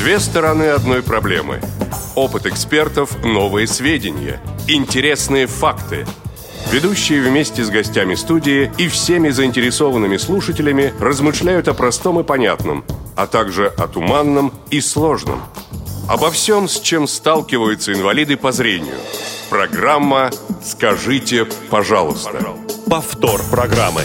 Две стороны одной проблемы. Опыт экспертов, новые сведения, интересные факты. Ведущие вместе с гостями студии и всеми заинтересованными слушателями размышляют о простом и понятном, а также о туманном и сложном. Обо всем, с чем сталкиваются инвалиды по зрению. Программа «Скажите, пожалуйста». Повтор программы.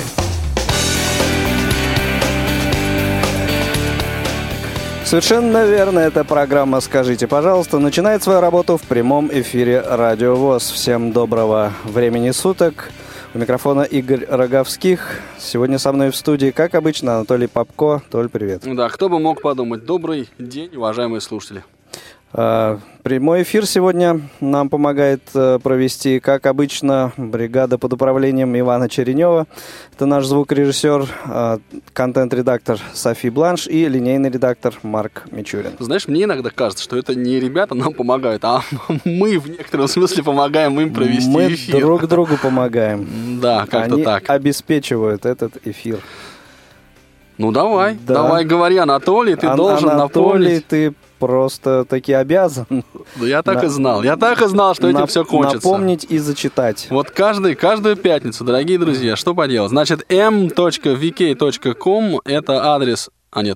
Совершенно верно, эта программа «Скажите, пожалуйста» начинает свою работу в прямом эфире Радио ВОС. Всем доброго времени суток. У микрофона Игорь Роговских. Сегодня со мной в студии, как обычно, Анатолий Попко. Толь, привет. Да, кто бы мог подумать. Добрый день, уважаемые слушатели. Прямой эфир сегодня нам помогает провести, как обычно, бригада под управлением Ивана Черенева. Это наш звукорежиссер, контент-редактор Софи Бланш и линейный редактор Марк Мичурин. Знаешь, мне иногда кажется, что это не ребята нам помогают, а мы в некотором смысле помогаем им провести эфир. Мы друг другу помогаем. Да, как-то так. Они обеспечивают этот эфир. Ну давай говори, Анатолий, ты должен Анатолий, напомнить. ты просто-таки обязан. Да я так и знал, что этим все кончится. Напомнить и зачитать. Вот каждую пятницу, дорогие друзья, что поделать? Значит, m.vk.com это адрес...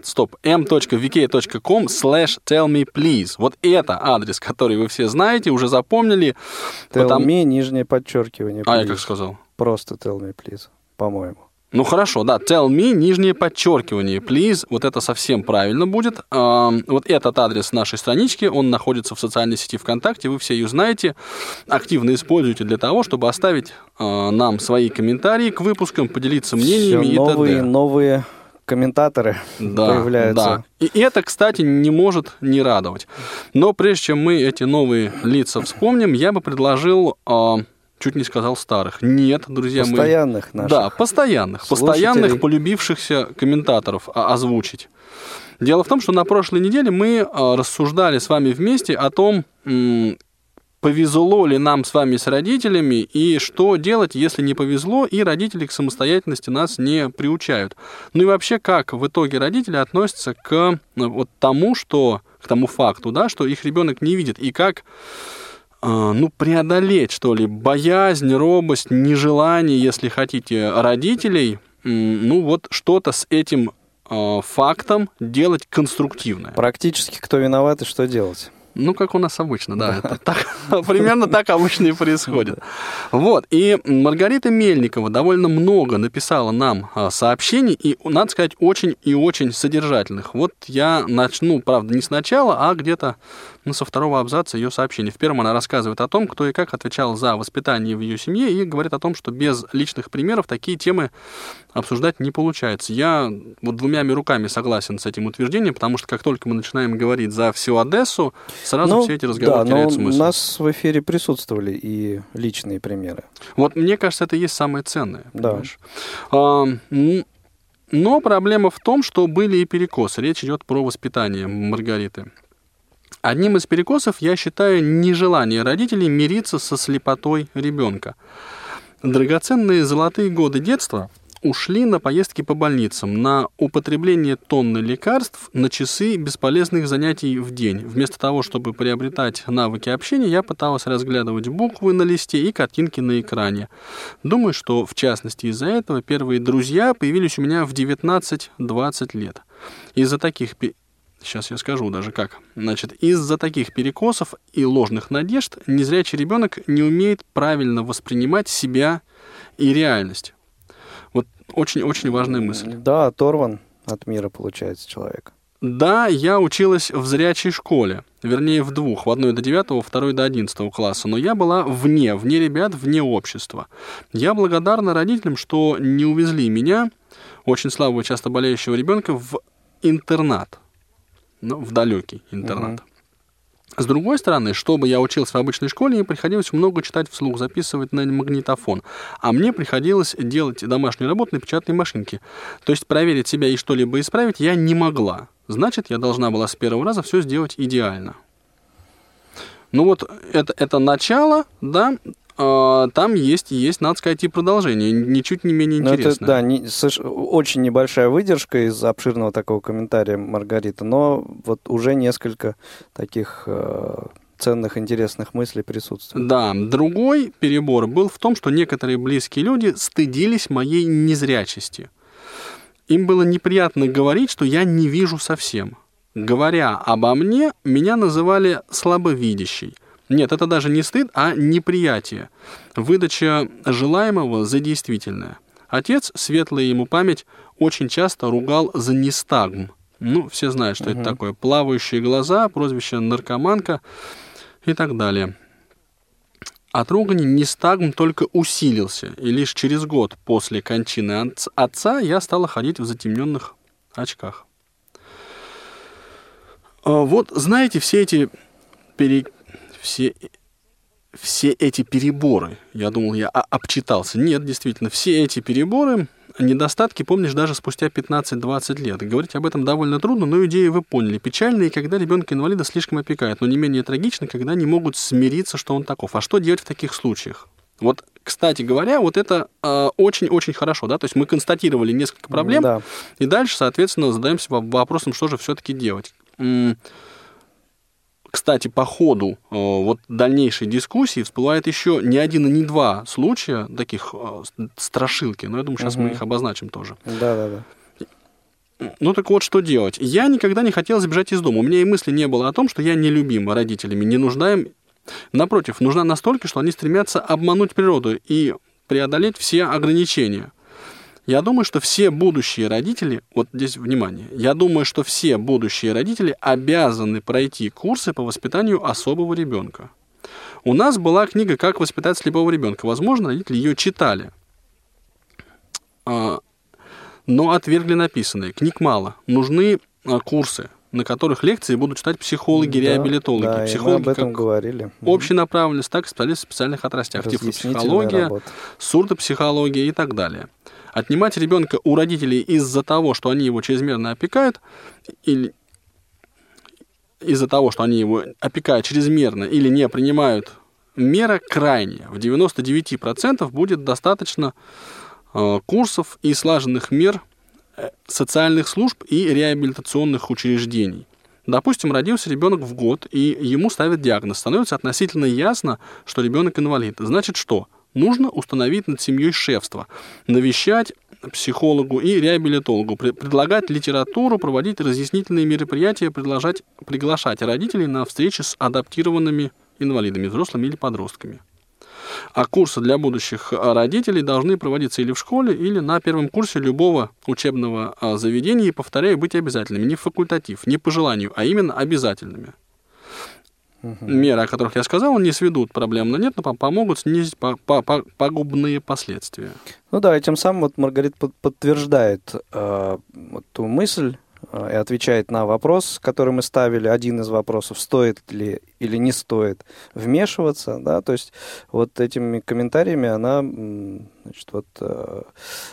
m.vk.com/tellmeplease. Вот это адрес, который вы все знаете, уже запомнили. Tell me, нижнее подчеркивание. А я как сказал? Просто tell me, please, по-моему. Ну хорошо, да, tell me, нижнее подчеркивание, please, вот это совсем правильно будет. Вот этот адрес нашей странички, он находится в социальной сети ВКонтакте, вы все ее знаете, активно используйте для того, чтобы оставить нам свои комментарии к выпускам, поделиться мнениями и т.д. Новые комментаторы появляются. Да. И это, кстати, не может не радовать. Но прежде чем мы эти новые лица вспомним, я бы предложил... Чуть не сказал старых. Нет, друзья мои. Постоянных наших. Да, постоянных, полюбившихся комментаторов озвучить. Дело в том, что на прошлой неделе мы рассуждали с вами вместе о том, повезло ли нам с вами с родителями и что делать, если не повезло, и родители к самостоятельности нас не приучают. Ну и вообще, как в итоге родители относятся к вот тому факту, да, что их ребенок не видит, и как... преодолеть, что ли, боязнь, робость, нежелание, если хотите, родителей, что-то с этим фактом делать конструктивное. Практически кто виноват и что делать? Как у нас обычно, да. Это примерно так обычно и происходит. Вот, и Маргарита Мельникова довольно много написала нам сообщений, и, надо сказать, очень и очень содержательных. Вот я начну, правда, не сначала, а где-то со второго абзаца ее сообщения. В первом она рассказывает о том, кто и как отвечал за воспитание в ее семье, и говорит о том, что без личных примеров такие темы обсуждать не получается. Я вот двумя руками согласен с этим утверждением, потому что как только мы начинаем говорить за всю Одессу, сразу все эти разговоры теряют смысл. У нас в эфире присутствовали и личные примеры. Вот мне кажется, это и есть самое ценное. Да. Но проблема в том, что были и перекосы. Речь идет про воспитание Маргариты. Одним из перекосов я считаю нежелание родителей мириться со слепотой ребенка. Драгоценные золотые годы детства ушли на поездки по больницам, на употребление тонны лекарств, на часы бесполезных занятий в день. Вместо того, чтобы приобретать навыки общения, я пыталась разглядывать буквы на листе и картинки на экране. Думаю, что, в частности, из-за этого первые друзья появились у меня в 19-20 лет. Из-за таких... Сейчас я скажу даже как. Из-за таких перекосов и ложных надежд незрячий ребенок не умеет правильно воспринимать себя и реальность. Вот очень-очень важная мысль. Да, оторван от мира, получается, человек. Да, я училась в зрячей школе. Вернее, в двух. В одной до 9, во второй до 11 класса. Но я была вне ребят, вне общества. Я благодарна родителям, что не увезли меня, очень слабого, часто болеющего ребенка, в интернат. В далекий интернат. С другой стороны, чтобы я учился в обычной школе, мне приходилось много читать вслух, записывать на магнитофон. А мне приходилось делать домашнюю работу на печатной машинке. То есть проверить себя и что-либо исправить я не могла. Значит, я должна была с первого раза все сделать идеально. Это начало, да. там есть, надо сказать, и продолжение, ничуть не менее интересное. Это, очень небольшая выдержка из обширного такого комментария Маргариты, но вот уже несколько таких ценных, интересных мыслей присутствует. Да, другой перебор был в том, что некоторые близкие люди стыдились моей незрячести. Им было неприятно говорить, что я не вижу совсем. Говоря обо мне, меня называли слабовидящей. Нет, это даже не стыд, а неприятие. Выдача желаемого за действительное. Отец, светлая ему память, очень часто ругал за нистагм. Ну, все знают, что это такое. Плавающие глаза, прозвище наркоманка и так далее. От ругани нистагм только усилился, и лишь через год после кончины отца я стала ходить в затемненных очках. Вот, знаете, все эти переборы, я думал, я обчитался. Нет, действительно, все эти переборы, недостатки помнишь даже спустя 15-20 лет. И говорить об этом довольно трудно, но идею вы поняли. Печально, и когда ребенка-инвалида слишком опекают, но не менее трагично, когда не могут смириться, что он таков. А что делать в таких случаях? Вот, кстати говоря, вот это очень-очень хорошо, да, то есть мы констатировали несколько проблем, да. И дальше, соответственно, задаемся вопросом, что же все-таки делать. Кстати, по ходу вот дальнейшей дискуссии всплывает еще не один и не два случая таких страшилки, но я думаю, сейчас мы их обозначим тоже. Да. Ну так вот, что делать? Я никогда не хотел сбежать из дома. У меня и мысли не было о том, что я нелюбим родителями, не нужна им. Напротив, нужна настолько, что они стремятся обмануть природу и преодолеть все ограничения. Я думаю, что все будущие родители, вот здесь внимание, я думаю, что все будущие родители обязаны пройти курсы по воспитанию особого ребенка. У нас была книга «Как воспитать слепого ребенка». Возможно, родители ее читали, но отвергли написанное. Книг мало. Нужны курсы, на которых лекции будут читать психологи, реабилитологи. Да, психологи, мы об этом говорили. Общенаправленность, так и специалисты в специальных отрастях. Тифлопсихология, сурдопсихология и так далее. Отнимать ребенка у родителей из-за того, что они его чрезмерно опекают, или из-за того, что они его опекают чрезмерно или не принимают меры, крайне. В 99% будет достаточно курсов и слаженных мер социальных служб и реабилитационных учреждений. Допустим, родился ребенок в год, и ему ставят диагноз. Становится относительно ясно, что ребенок инвалид. Значит, что? Нужно установить над семьей шефство, навещать психологу и реабилитологу, предлагать литературу, проводить разъяснительные мероприятия, приглашать родителей на встречи с адаптированными инвалидами, взрослыми или подростками. А курсы для будущих родителей должны проводиться или в школе, или на первом курсе любого учебного заведения, и, повторяю, быть обязательными. Не факультатив, не по желанию, а именно обязательными. Меры, о которых я сказал, не сведут проблем на нет, но помогут снизить пагубные последствия. Ну да, и тем самым вот Маргарита подтверждает ту мысль и отвечает на вопрос, который мы ставили, один из вопросов, стоит ли или не стоит вмешиваться, да, то есть вот этими комментариями она, значит, вот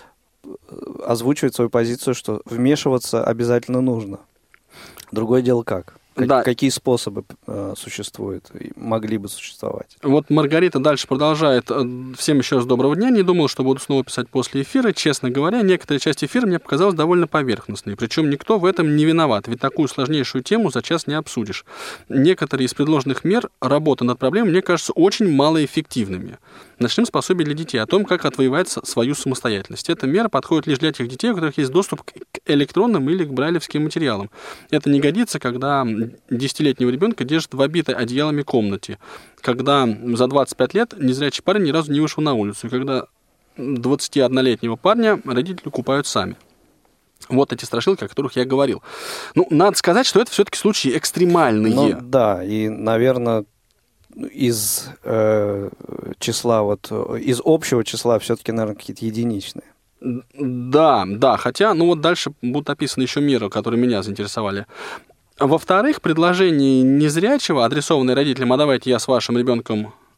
озвучивает свою позицию, что вмешиваться обязательно нужно. Другое дело как? Да. Какие способы существуют и могли бы существовать? Вот Маргарита дальше продолжает. Всем еще раз доброго дня. Не думал, что буду снова писать после эфира. Честно говоря, некоторая часть эфира мне показалась довольно поверхностной. Причем никто в этом не виноват, ведь такую сложнейшую тему за час не обсудишь. Некоторые из предложенных мер работы над проблемой мне кажутся очень малоэффективными. Начнем с пособия для детей о том, как отвоевать свою самостоятельность. Эта мера подходит лишь для тех детей, у которых есть доступ к электронным или к брайлевским материалам. Это не годится, когда 10-летнего ребенка держат в обитой одеялами комнате, когда за 25 лет незрячий парень ни разу не вышел на улицу, и когда 21-летнего парня родители купают сами. Вот эти страшилки, о которых я говорил. Ну, надо сказать, что это все-таки случаи экстремальные. Ну, да, и, наверное, из числа, вот, из общего числа все-таки, наверное, какие-то единичные. Да, хотя, ну вот дальше будут описаны еще меры, которые меня заинтересовали. Во-вторых, предложение незрячего, адресованное родителям, а давайте я с вашим ребенком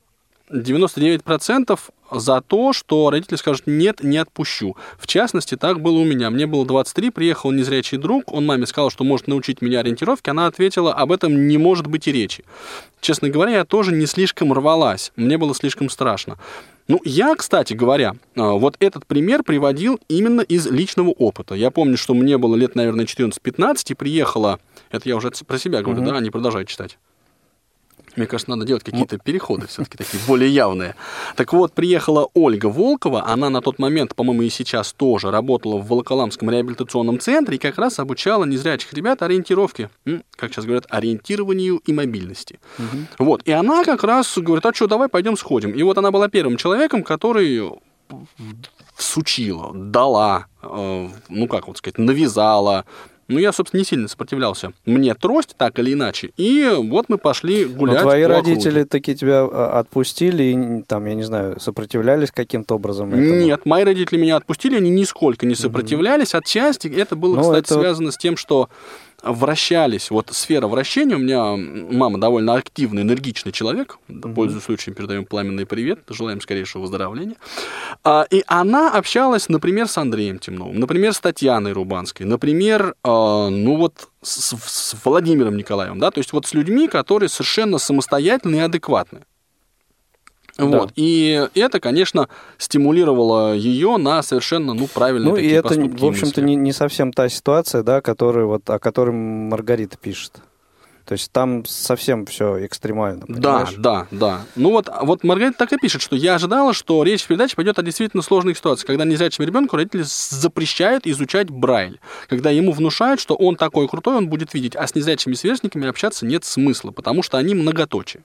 99% за то, что родители скажут: нет, не отпущу. В частности, так было у меня. Мне было 23, приехал незрячий друг, он маме сказал, что может научить меня ориентировке, она ответила: об этом не может быть и речи. Честно говоря, я тоже не слишком рвалась, мне было слишком страшно. Ну, я, кстати говоря, вот этот пример приводил именно из личного опыта. Я помню, что мне было лет, наверное, 14-15, и приехала... Это я уже про себя говорю, да? Не продолжаю читать. Мне кажется, надо делать какие-то переходы все-таки такие более явные. Так вот, приехала Ольга Волкова, она на тот момент, по-моему, и сейчас тоже работала в Волоколамском реабилитационном центре и как раз обучала незрячих ребят ориентировке, как сейчас говорят, ориентированию и мобильности. Вот, и она как раз говорит: а что, давай пойдем сходим. И вот она была первым человеком, который всучила, дала, ну как вот сказать, навязала. Ну, я, собственно, не сильно сопротивлялся. Мне трость, так или иначе. И вот мы пошли гулять. Но твои родители таки тебя отпустили и, там, я не знаю, сопротивлялись каким-то образом этому? Нет, мои родители меня отпустили, они нисколько не сопротивлялись. Отчасти это было, кстати, связано с тем, что вращались, вот сфера вращения, у меня мама довольно активный, энергичный человек, пользуясь случаем, передаем пламенный привет, желаем скорейшего выздоровления, и она общалась, например, с Андреем Темновым, например, с Татьяной Рубанской, например, ну вот с Владимиром Николаевым, да, то есть вот с людьми, которые совершенно самостоятельны и адекватны. Да. Вот. И это, конечно, стимулировало ее на совершенно правильные такие поступки. Ну, и это, в общем-то, не совсем та ситуация, да, о которой Маргарита пишет. То есть там совсем все экстремально, понимаешь? Да. Ну вот Маргарита так и пишет, что я ожидала, что речь в передаче пойдет о действительно сложных ситуациях, когда незрячему ребенку родители запрещают изучать Брайль, когда ему внушают, что он такой крутой, он будет видеть, а с незрячими сверстниками общаться нет смысла, потому что они многоточие.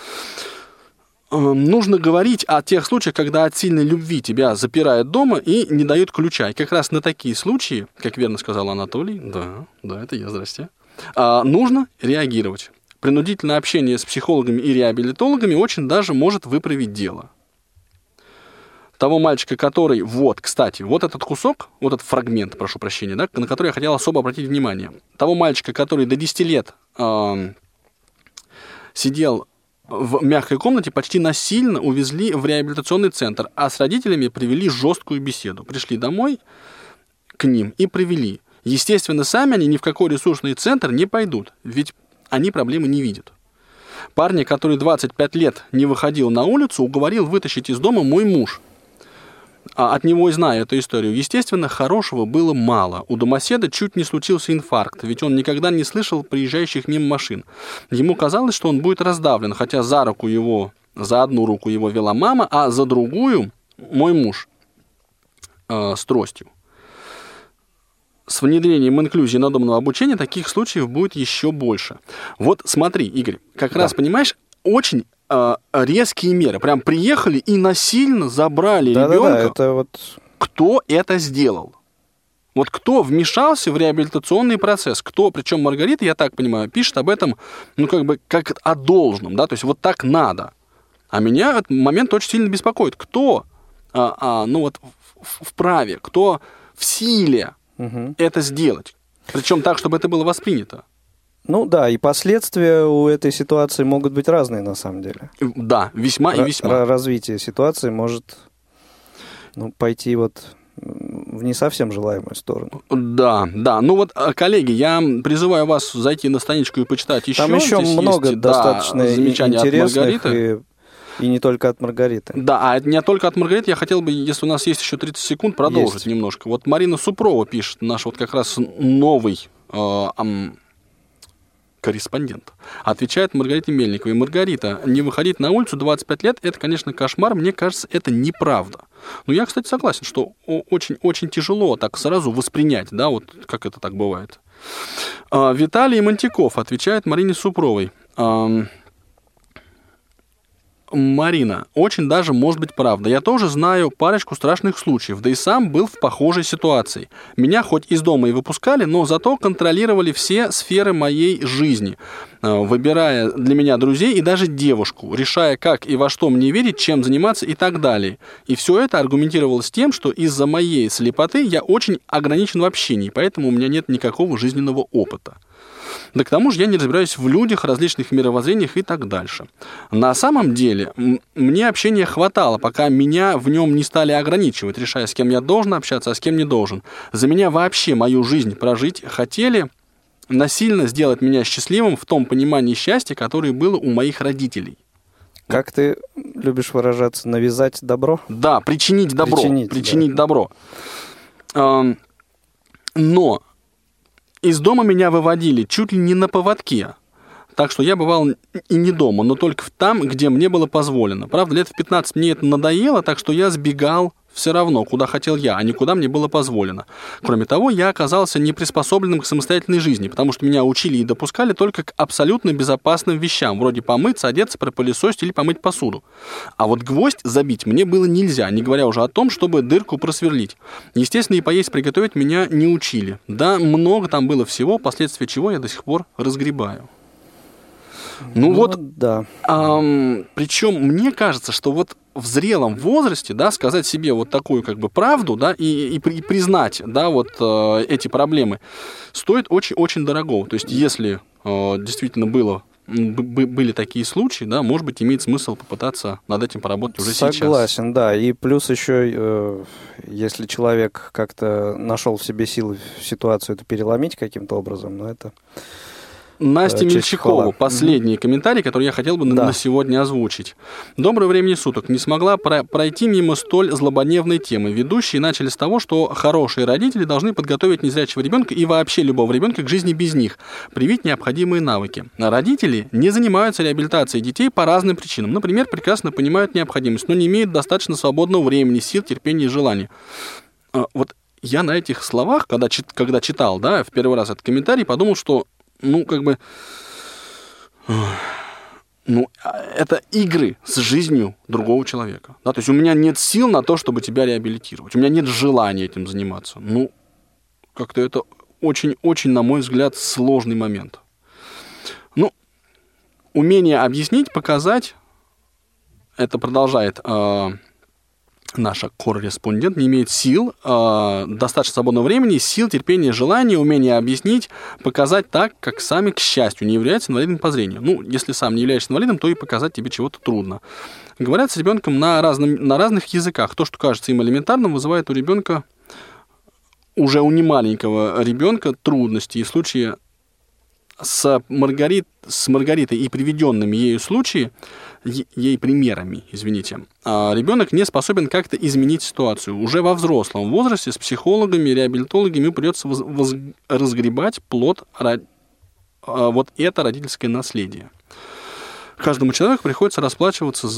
Нужно говорить о тех случаях, когда от сильной любви тебя запирают дома и не дают ключа. И как раз на такие случаи, как верно сказал Анатолий, да, это я, здрасте, нужно реагировать. Принудительное общение с психологами и реабилитологами очень даже может выправить дело. Того мальчика, который, кстати, вот этот кусок, вот этот фрагмент, прошу прощения, да, на который я хотел особо обратить внимание. Того мальчика, который до 10 лет сидел в мягкой комнате, почти насильно увезли в реабилитационный центр, а с родителями привели жесткую беседу. Пришли домой к ним и привели. Естественно, сами они ни в какой ресурсный центр не пойдут, ведь они проблемы не видят. Парня, который 25 лет не выходил на улицу, уговорил вытащить из дома мой муж. От него и знаю эту историю. Естественно, хорошего было мало. У домоседа чуть не случился инфаркт, ведь он никогда не слышал приезжающих мимо машин. Ему казалось, что он будет раздавлен, хотя за одну руку его вела мама, а за другую мой муж с тростью. С внедрением инклюзии надомного обучения таких случаев будет еще больше. Вот смотри, Игорь, как раз, понимаешь, очень резкие меры. Прям приехали и насильно забрали ребенка. Это вот... Кто это сделал? Вот кто вмешался в реабилитационный процесс? Кто, причем Маргарита, я так понимаю, пишет об этом, как о должном, да, то есть вот так надо. А меня этот момент очень сильно беспокоит. Кто, вправе, кто в силе это сделать? Причем так, чтобы это было воспринято. Ну да, и последствия у этой ситуации могут быть разные на самом деле. Да, весьма и весьма. Развитие ситуации может пойти в не совсем желаемую сторону. Да. Ну коллеги, я призываю вас зайти на страничку и почитать еще. Там еще здесь много есть, достаточно замечаний интересных от Маргариты. И не только от Маргариты. Да, а не только от Маргариты. Я хотел бы, если у нас есть еще 30 секунд, продолжить немножко. Вот Марина Супрова пишет, наш как раз новый корреспондент. Отвечает Маргарите Мельниковой. Маргарита, не выходить на улицу 25 лет, это, конечно, кошмар. Мне кажется, это неправда. Но я, кстати, согласен, что очень тяжело так сразу воспринять, да, вот как это так бывает. Виталий Монтяков отвечает Марине Супровой. Марина, очень даже может быть правда. Я тоже знаю парочку страшных случаев, да и сам был в похожей ситуации. Меня хоть из дома и выпускали, но зато контролировали все сферы моей жизни, выбирая для меня друзей и даже девушку, решая, как и во что мне верить, чем заниматься и так далее. И все это аргументировалось тем, что из-за моей слепоты я очень ограничен в общении, поэтому у меня нет никакого жизненного опыта. Да к тому же я не разбираюсь в людях, различных мировоззрениях и так дальше. На самом деле, мне общения хватало, пока меня в нем не стали ограничивать, решая, с кем я должен общаться, а с кем не должен. За меня вообще мою жизнь прожить хотели, насильно сделать меня счастливым в том понимании счастья, которое было у моих родителей. Как ты любишь выражаться, навязать добро? Да, причинить добро. Причинить да. добро. Но из дома меня выводили чуть ли не на поводке. Так что я бывал и не дома, но только там, где мне было позволено. Правда, лет в 15 мне это надоело, так что я сбегал все равно, куда хотел я, а не куда мне было позволено. Кроме того, я оказался неприспособленным к самостоятельной жизни, потому что меня учили и допускали только к абсолютно безопасным вещам, вроде помыться, одеться, пропылесосить или помыть посуду. А вот гвоздь забить мне было нельзя, не говоря уже о том, чтобы дырку просверлить. Естественно, и поесть, приготовить меня не учили. Да, много там было всего, последствия чего я до сих пор разгребаю. Ну вот, да. Причем мне кажется, что вот в зрелом возрасте, да, сказать себе вот такую как бы правду, да, и признать, да, вот эти проблемы стоит очень-очень дорого. То есть, если действительно были такие случаи, да, может быть, имеет смысл попытаться над этим поработать уже сейчас. Согласен, да. И плюс еще, если человек как-то нашел в себе силы ситуацию эту переломить каким-то образом, но это... Настя Мельчакова, последний комментарий, который я хотел бы на сегодня озвучить. Доброго времени суток. Не смогла пройти мимо столь злободневной темы. Ведущие начали с того, что хорошие родители должны подготовить незрячего ребенка и вообще любого ребенка к жизни без них, привить необходимые навыки. А родители не занимаются реабилитацией детей по разным причинам. Например, прекрасно понимают необходимость, но не имеют достаточно свободного времени, сил, терпения и желания. Вот я на этих словах, когда читал, да, в первый раз этот комментарий, подумал, что это игры с жизнью другого человека. Да? То есть у меня нет сил на то, чтобы тебя реабилитировать. У меня нет желания этим заниматься. Как-то это очень-очень, на мой взгляд, сложный момент. Умение объяснить, показать, это продолжает... Наша корреспондент не имеет сил, достаточно свободного времени, сил, терпения, желания, умения объяснить, показать так, как сами, к счастью, не являются инвалидом по зрению. Если сам не являешься инвалидом, то и показать тебе чего-то трудно. Говорят с ребенком на разных языках. То, что кажется им элементарным, вызывает у ребенка, уже у немаленького ребенка, трудности. И в случае с Маргаритой и приведенными ею примерами, ребенок не способен как-то изменить ситуацию. Уже во взрослом возрасте с психологами, реабилитологами придется разгребать плод вот это родительское наследие. Каждому человеку приходится расплачиваться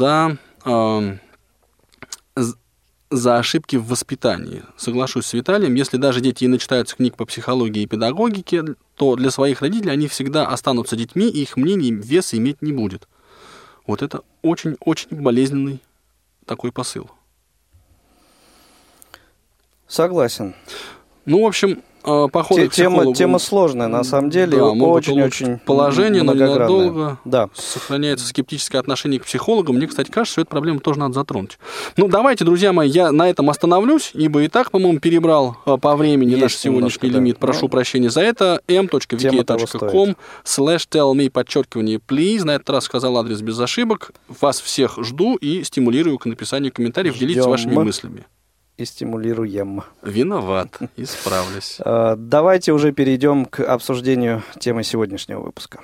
за ошибки в воспитании. Соглашусь с Виталием, если даже дети и начитаются книг по психологии и педагогике, то для своих родителей они всегда останутся детьми, и их мнение веса иметь не будет. Вот это очень-очень болезненный такой посыл. Согласен. В общем, походы к психологу... Тема сложная, на самом деле, да, очень-очень положение, но ненадолго да. Сохраняется скептическое отношение к психологам. Мне, кстати, кажется, что эту проблему тоже надо затронуть. Давайте, друзья мои, я на этом остановлюсь, ибо и так, по-моему, перебрал по времени наш сегодняшний лимит. Прошу прощения за это. m.vk.com/tellme_please. На этот раз сказал адрес без ошибок. Вас всех жду и стимулирую к написанию комментариев. Делитесь вашими мыслями. И стимулируем. Виноват, исправлюсь. Давайте уже перейдем к обсуждению темы сегодняшнего выпуска.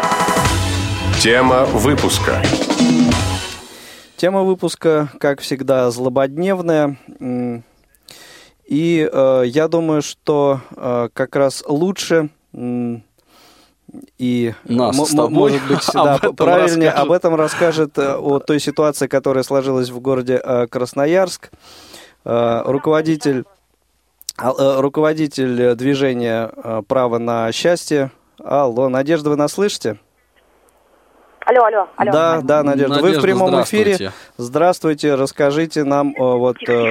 Тема выпуска. Тема выпуска, как всегда, злободневная. И я думаю, что как раз лучше и, может быть, правильнее об этом расскажет о той ситуации, которая сложилась в городе Красноярск. Руководитель движения «Право на счастье». Алло, Надежда, вы нас слышите? Алло. Да, Надежда, вы в прямом эфире. Здравствуйте, расскажите нам о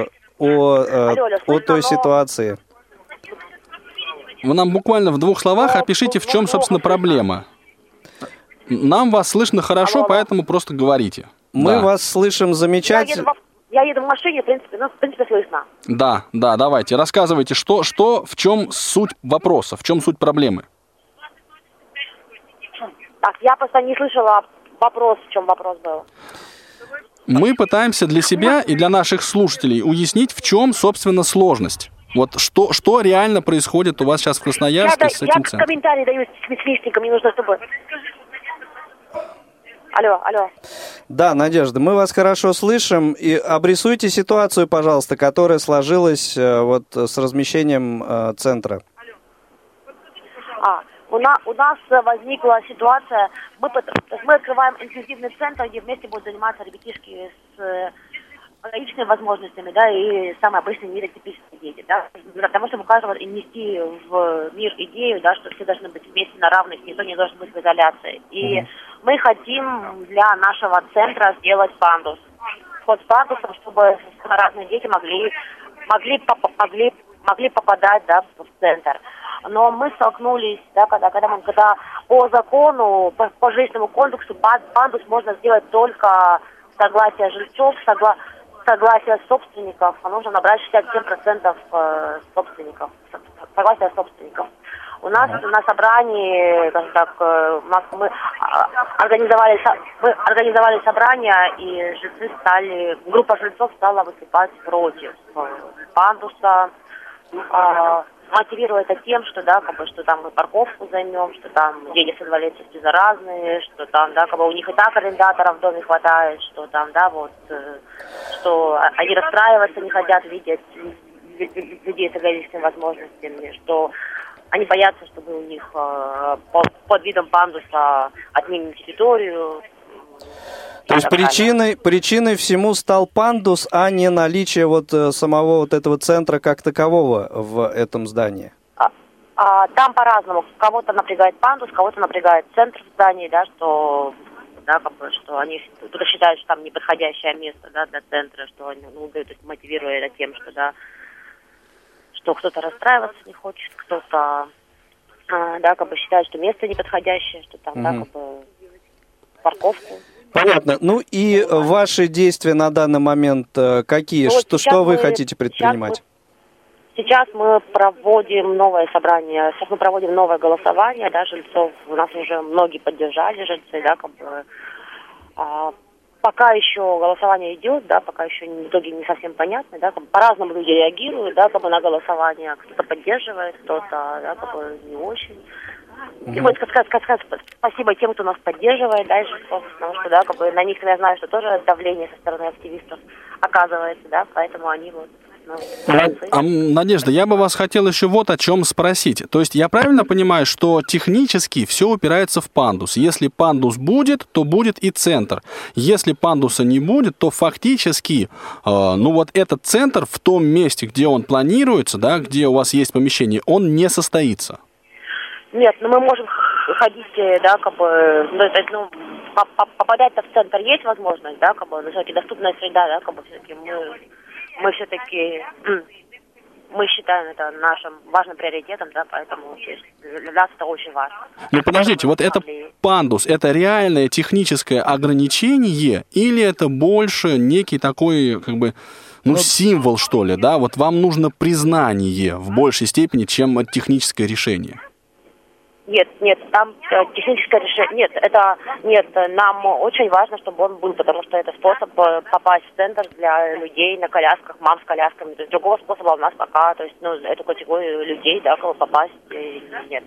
той ситуации. Вы нам буквально в 2 словах опишите, в чем, собственно, проблема. Нам вас слышно хорошо, поэтому просто говорите. Мы вас слышим замечательно. Я еду в машине, в принципе слышно. Да, давайте, рассказывайте, в чем суть вопроса, в чем суть проблемы. Так, я просто не слышала вопрос, в чем вопрос был. Мы пытаемся для себя и для наших слушателей уяснить, в чем, собственно, сложность. Вот что реально происходит у вас сейчас в Красноярске с этим центром? Я комментарий даю с свистником, мне нужно, чтобы... Алло. Да, Надежда, мы вас хорошо слышим. И обрисуйте ситуацию, пожалуйста, которая сложилась вот с размещением центра. У нас возникла ситуация, мы открываем инклюзивный центр, где вместе будут заниматься ребятишки с аналогичными возможностями, да, и самые обычные нейротипичные дети, да, для того, чтобы у каждого нести в мир идею, да, что все должны быть вместе на равных, никто не должен быть в изоляции. И мы хотим для нашего центра сделать пандус. Вход с пандусом, чтобы разные дети могли попадать, да, в центр. Но мы столкнулись, да, когда по закону, по жилищному кодексу пандус можно сделать только согласие жильцов, согласие собственников, а нужно набрать 67% собственников, согласие собственников. У нас на собрании, скажем так, мы организовали собрание, и группа жильцов стала выступать против пандуса, мотивируя это тем, что, да, что там мы парковку займем, что там дети с инвалидностью заразные, что там, да, у них и так арендаторов в доме хватает, что там, да, что они расстраиваться не хотят видеть людей с ограниченными возможностями, что они боятся, чтобы у них под видом пандуса отнимут территорию. То есть причиной всему стал пандус, а не наличие вот самого вот этого центра как такового в этом здании? Там по-разному. Кого-то напрягает пандус, кого-то напрягает центр в здании, да, что они кто-то считает, что там неподходящее место, да, для центра, что они, то есть мотивируя это тем, что, да, что кто-то расстраиваться не хочет, кто-то, да, считает, что место неподходящее, что там, да, парковку. Понятно. Ну и ваши действия на данный момент какие? Что вы хотите предпринимать? Сейчас мы проводим новое собрание, сейчас мы проводим новое голосование, да, жильцов. У нас уже многие поддержали жильцы, да, пока еще голосование идет, да, пока еще итоги не совсем понятны, да, по-разному люди реагируют, да, на голосование, кто-то поддерживает, кто-то, да, не очень. И хочется сказать спасибо тем, кто нас поддерживает дальше, потому что, да, на них, я знаю, что тоже давление со стороны активистов оказывается, да, поэтому они Надежда, я бы вас хотел еще вот о чем спросить. То есть я правильно понимаю, что технически все упирается в пандус? Если пандус будет, то будет и центр. Если пандуса не будет, то фактически, вот этот центр в том месте, где он планируется, да, где у вас есть помещение, он не состоится. Нет, мы можем ходить, да, попадать-то в центр есть возможность, да, все-таки доступная среда, да, все-таки мы все-таки мы считаем это нашим важным приоритетом, да, поэтому для нас это очень важно. Ну подождите, вот это пандус, это реальное техническое ограничение или это больше некий такой, символ, что ли, да? Вот вам нужно признание в большей степени, чем техническое решение. Нет, там техническое решение, нам очень важно, чтобы он был, потому что это способ попасть в центр для людей на колясках, мам с колясками, то есть другого способа у нас пока, то есть, эту категорию людей, да, попасть нет.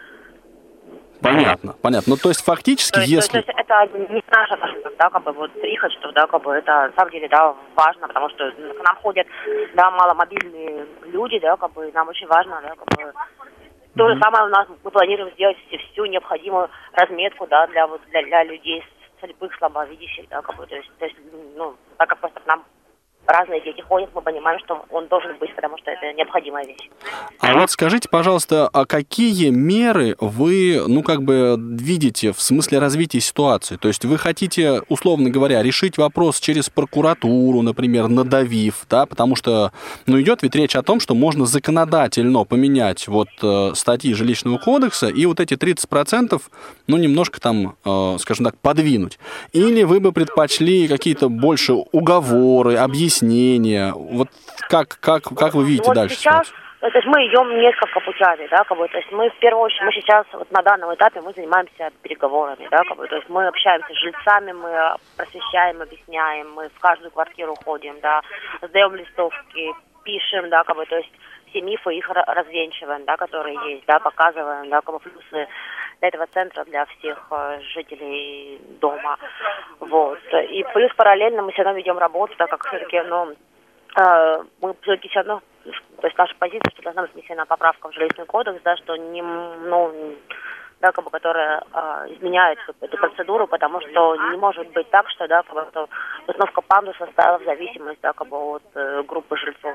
Понятно. Ну, то есть, фактически, если... То есть, это не наша, да, прихоть, что, да, это, на самом деле, да, важно, потому что к нам ходят, да, маломобильные люди, да, нам очень важно, да, то же самое у нас, мы планируем сделать всю необходимую разметку, да, для людей слепых, слабовидящих, да, то есть, так как просто к нам разные дети ходят, мы понимаем, что он должен быть, потому что это необходимая вещь. А вот скажите, пожалуйста, а какие меры вы, видите в смысле развития ситуации? То есть вы хотите, условно говоря, решить вопрос через прокуратуру, например, надавив, да, потому что, идет ведь речь о том, что можно законодательно поменять статьи жилищного кодекса и вот эти 30%, немножко там, скажем так, подвинуть. Или вы бы предпочли какие-то больше уговоры, объяснения? Вот как вы видите дальше ситуацию? То есть мы идем несколько путями, да, как бы, то есть мы в первую очередь, мы сейчас вот на данном этапе мы занимаемся переговорами, да, как бы, то есть мы общаемся с жильцами, мы просвещаем, объясняем, мы в каждую квартиру ходим, да, сдаем листовки, пишем, да, как бы, то есть все мифы их развенчиваем, да, которые есть, да, показываем, да, как бы плюсы этого центра для всех жителей дома, вот, и плюс параллельно мы все равно ведем работу, так как все-таки, мы все-таки все равно, то есть наша позиция, что должна быть внесена поправка в жилищный кодекс, да, что да, как бы, которая изменяет эту процедуру, потому что не может быть так, что, да, как бы, что установка пандуса стала в зависимость, да, как бы, от группы жильцов.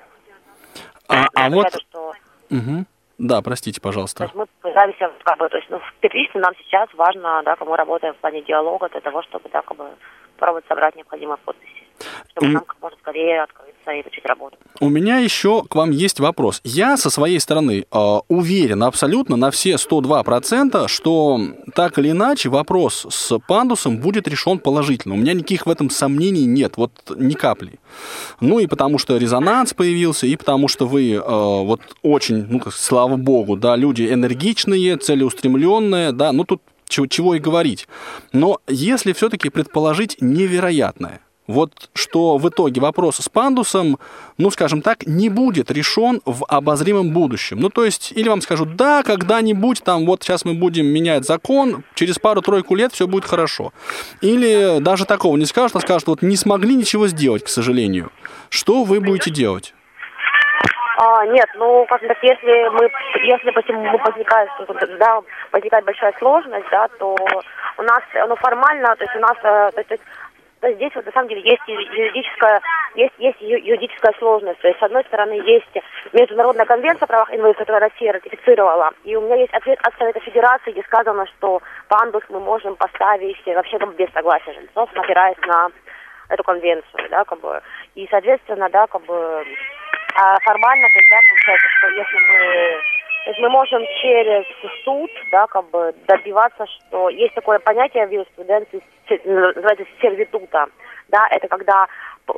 Да, простите, пожалуйста. То есть мы пытаемся, как бы, то есть, первично нам сейчас важно, да, как мы работаем в плане диалога для того, чтобы, да, как бы, пробовать собрать необходимые подписи, чтобы нам как можно скорее открыться и начать работу. У меня еще к вам есть вопрос. Я со своей стороны уверен абсолютно на все 102%, что так или иначе вопрос с пандусом будет решен положительно. У меня никаких в этом сомнений нет, вот ни капли. Ну и потому что резонанс появился, и потому что вы вот очень, слава богу, да, люди энергичные, целеустремленные, да, тут чего и говорить. Но если все-таки предположить невероятное, вот что в итоге вопрос с пандусом, скажем так, не будет решен в обозримом будущем. То есть, или вам скажут, да, когда-нибудь, вот сейчас мы будем менять закон, через пару-тройку лет все будет хорошо. Или даже такого не скажут, а скажут, вот не смогли ничего сделать, к сожалению. Что вы будете делать? Нет, если возникает большая сложность, да, то у нас, формально, то есть у нас, то здесь вот на самом деле есть юридическая сложность. То есть, с одной стороны, есть Международная конвенция о правах инвалидов, которую Россия ратифицировала, и у меня есть ответ от Совета Федерации, где сказано, что пандус мы можем поставить вообще без согласия жильцов, опираясь на эту конвенцию, да, как бы, и, соответственно, да, как бы, формально, то есть, да, получается, что если мы можем через суд, да, как бы, добиваться, что есть такое понятие в юриспруденции, называется сервитута, да, это когда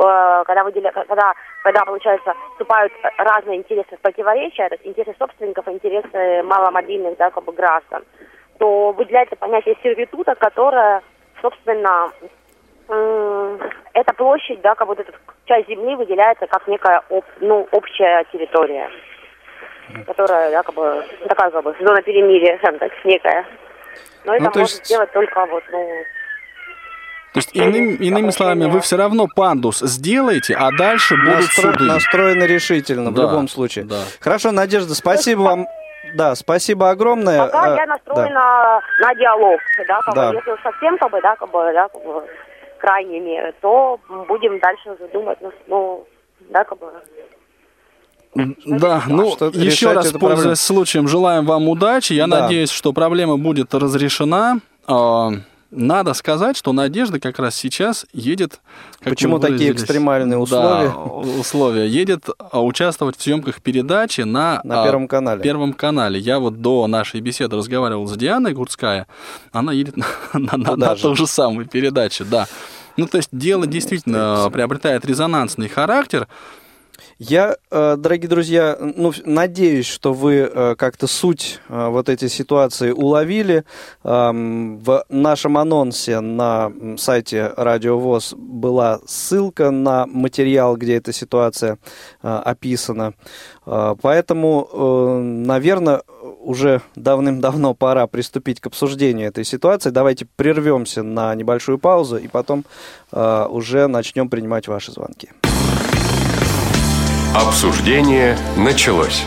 получается, вступают разные интересы в противоречия, то есть интересы собственников и интересы маломобильных, да, как бы, граждан, то выделяется понятие сервитута, которое, собственно, эта площадь, да, как бы, эта часть земли выделяется как некая общая территория, которая, да, как бы, такая, как бы, зона перемирия, так, некая. Но это можно сделать только вот, То есть, иными словами, вы все равно пандус сделаете, а дальше будут суды. Настроены решительно, в любом случае. Да. Хорошо, Надежда, спасибо вам. Да, спасибо огромное. Пока я настроена на диалог, да, как бы, если совсем, как бы, крайней меры, то будем дальше уже думать, да, как бы... Да, еще раз, пользуясь случаем, желаем вам удачи. Я надеюсь, что проблема будет разрешена. Надо сказать, что Надежда как раз сейчас едет... Почему такие экстремальные условия? Да, условия. Едет участвовать в съемках передачи на Первом канале. Первом канале. Я вот до нашей беседы разговаривал с Дианой Гурцкая. Она едет на ту же самую передачу, да. То есть дело действительно приобретает резонансный характер. Я, дорогие друзья, надеюсь, что вы как-то суть вот этой ситуации уловили. В нашем анонсе на сайте Радио ВОС была ссылка на материал, где эта ситуация описана. Поэтому, наверное, уже давным-давно пора приступить к обсуждению этой ситуации. Давайте прервемся на небольшую паузу и потом уже начнем принимать ваши звонки. Обсуждение началось.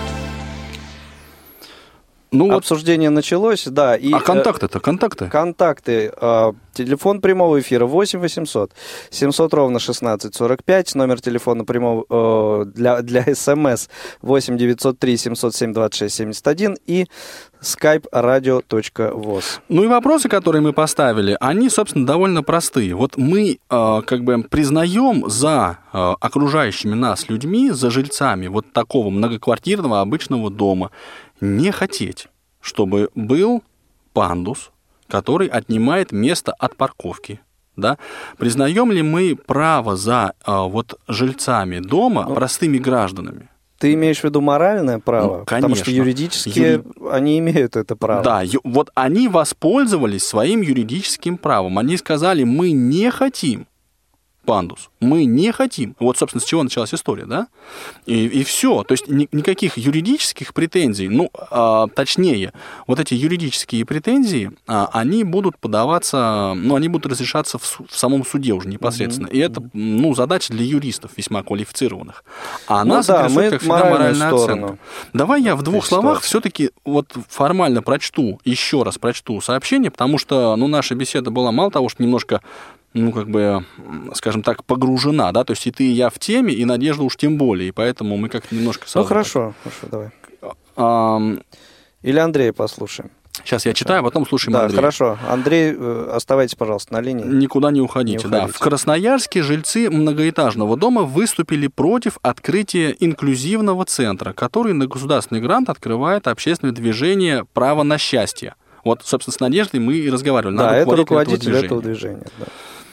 Обсуждение началось, да. И, контакты-то? Контакты. Телефон прямого эфира 8 800 700 ровно 1645. Номер телефона прямого для СМС 8 903 707 26 71. И skype radio.voz. И вопросы, которые мы поставили, они, собственно, довольно простые. Вот мы признаем за окружающими нас людьми, за жильцами вот такого многоквартирного обычного дома не хотеть, чтобы был пандус, который отнимает место от парковки. Да? Признаем ли мы право за жильцами дома, простыми гражданами? Ты имеешь в виду моральное право? Ну, потому что юридически они имеют это право. Да, вот они воспользовались своим юридическим правом. Они сказали, мы не хотим пандус. Мы не хотим. Вот, собственно, с чего началась история, да? И все. То есть никаких юридических претензий, точнее, вот эти юридические претензии, они будут подаваться, они будут разрешаться в самом суде уже непосредственно. И это, задача для юристов весьма квалифицированных. А нас интересует, как всегда, моральная оценка. Давай я в двух словах все-таки вот формально еще раз прочту сообщение, потому что, наша беседа была мало того, что немножко скажем так, погружена, да, то есть и ты, и я в теме, и Надежда уж тем более, и поэтому мы как-то немножко... Хорошо, давай. Или Андрея послушаем. Сейчас я читаю, а потом слушаем Андрея. Да, хорошо. Андрей, оставайтесь, пожалуйста, на линии. Никуда не уходите, да. В Красноярске жильцы многоэтажного дома выступили против открытия инклюзивного центра, который на государственный грант открывает общественное движение «Право на счастье». Вот, собственно, с Надеждой мы и разговаривали. Да, это руководитель этого движения. Да.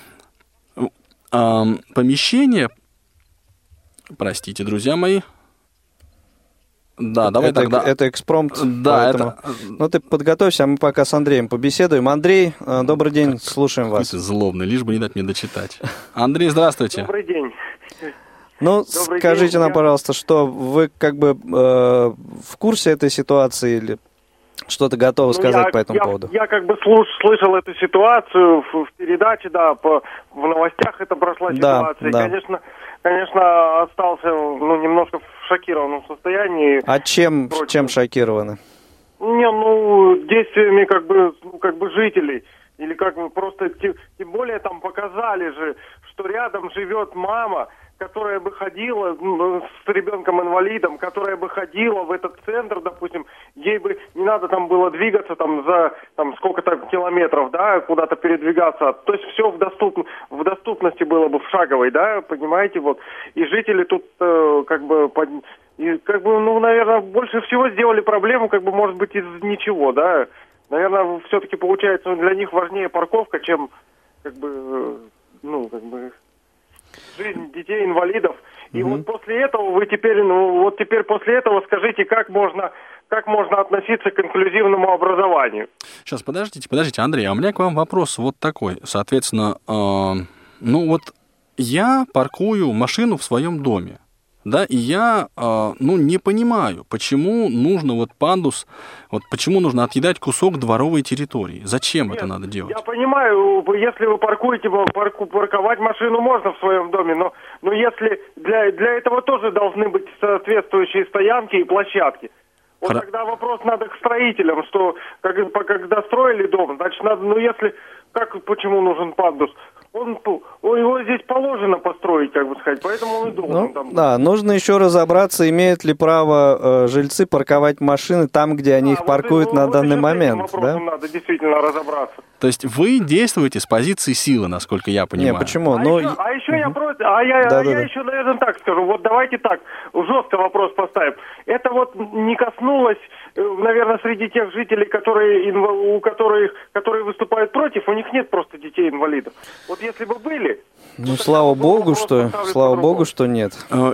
Помещение, простите, друзья мои. Да, давай тогда. Это экспромт. Да, поэтому... ты подготовься, а мы пока с Андреем побеседуем. Андрей, добрый день, слушаем вас. Ты злобный, лишь бы не дать мне дочитать. Андрей, здравствуйте. Добрый день. Скажите нам, пожалуйста, что вы в курсе этой ситуации или что-то готовы сказать по этому поводу? Я слышал эту ситуацию в передаче, да, в новостях это прошла ситуация. Да. Конечно, остался немножко в шокированном состоянии. А чем шокированы? Действиями жителей. Или просто, тем более там показали же, что рядом живет мама, которая бы ходила с ребенком-инвалидом, которая бы ходила в этот центр, допустим, ей бы не надо там было двигаться за сколько-то километров, да, куда-то передвигаться. То есть все в доступности было бы, в шаговой, да, понимаете, вот. И жители тут наверное, больше всего сделали проблему, может быть, из ничего, да. Наверное, все-таки получается для них важнее парковка, чем жизнь детей-инвалидов. И вот после этого теперь после этого скажите, как можно относиться к инклюзивному образованию? Сейчас, подождите, Андрей, а у меня к вам вопрос вот такой. Соответственно, я паркую машину в своем доме, да, и я, не понимаю, почему нужно пандус, почему нужно отъедать кусок дворовой территории. Зачем это надо делать? Я понимаю, если вы паркуете, парковать машину можно в своем доме, но если для этого тоже должны быть соответствующие стоянки и площадки. Тогда вопрос надо к строителям, что когда строили дом, значит, надо, почему нужен пандус? Его здесь положено построить, поэтому он и должен там. Да, нужно еще разобраться, имеют ли право жильцы парковать машины там, где они их паркуют на данный момент. Да? Надо действительно разобраться. То есть вы действуете с позиции силы, насколько я понимаю. Нет, почему? Я еще, наверное, так скажу. Давайте так, жестко вопрос поставим. Это не коснулось, наверное, среди тех жителей, которые выступают против, у них нет просто детей-инвалидов. Если бы были... слава богу, что нет.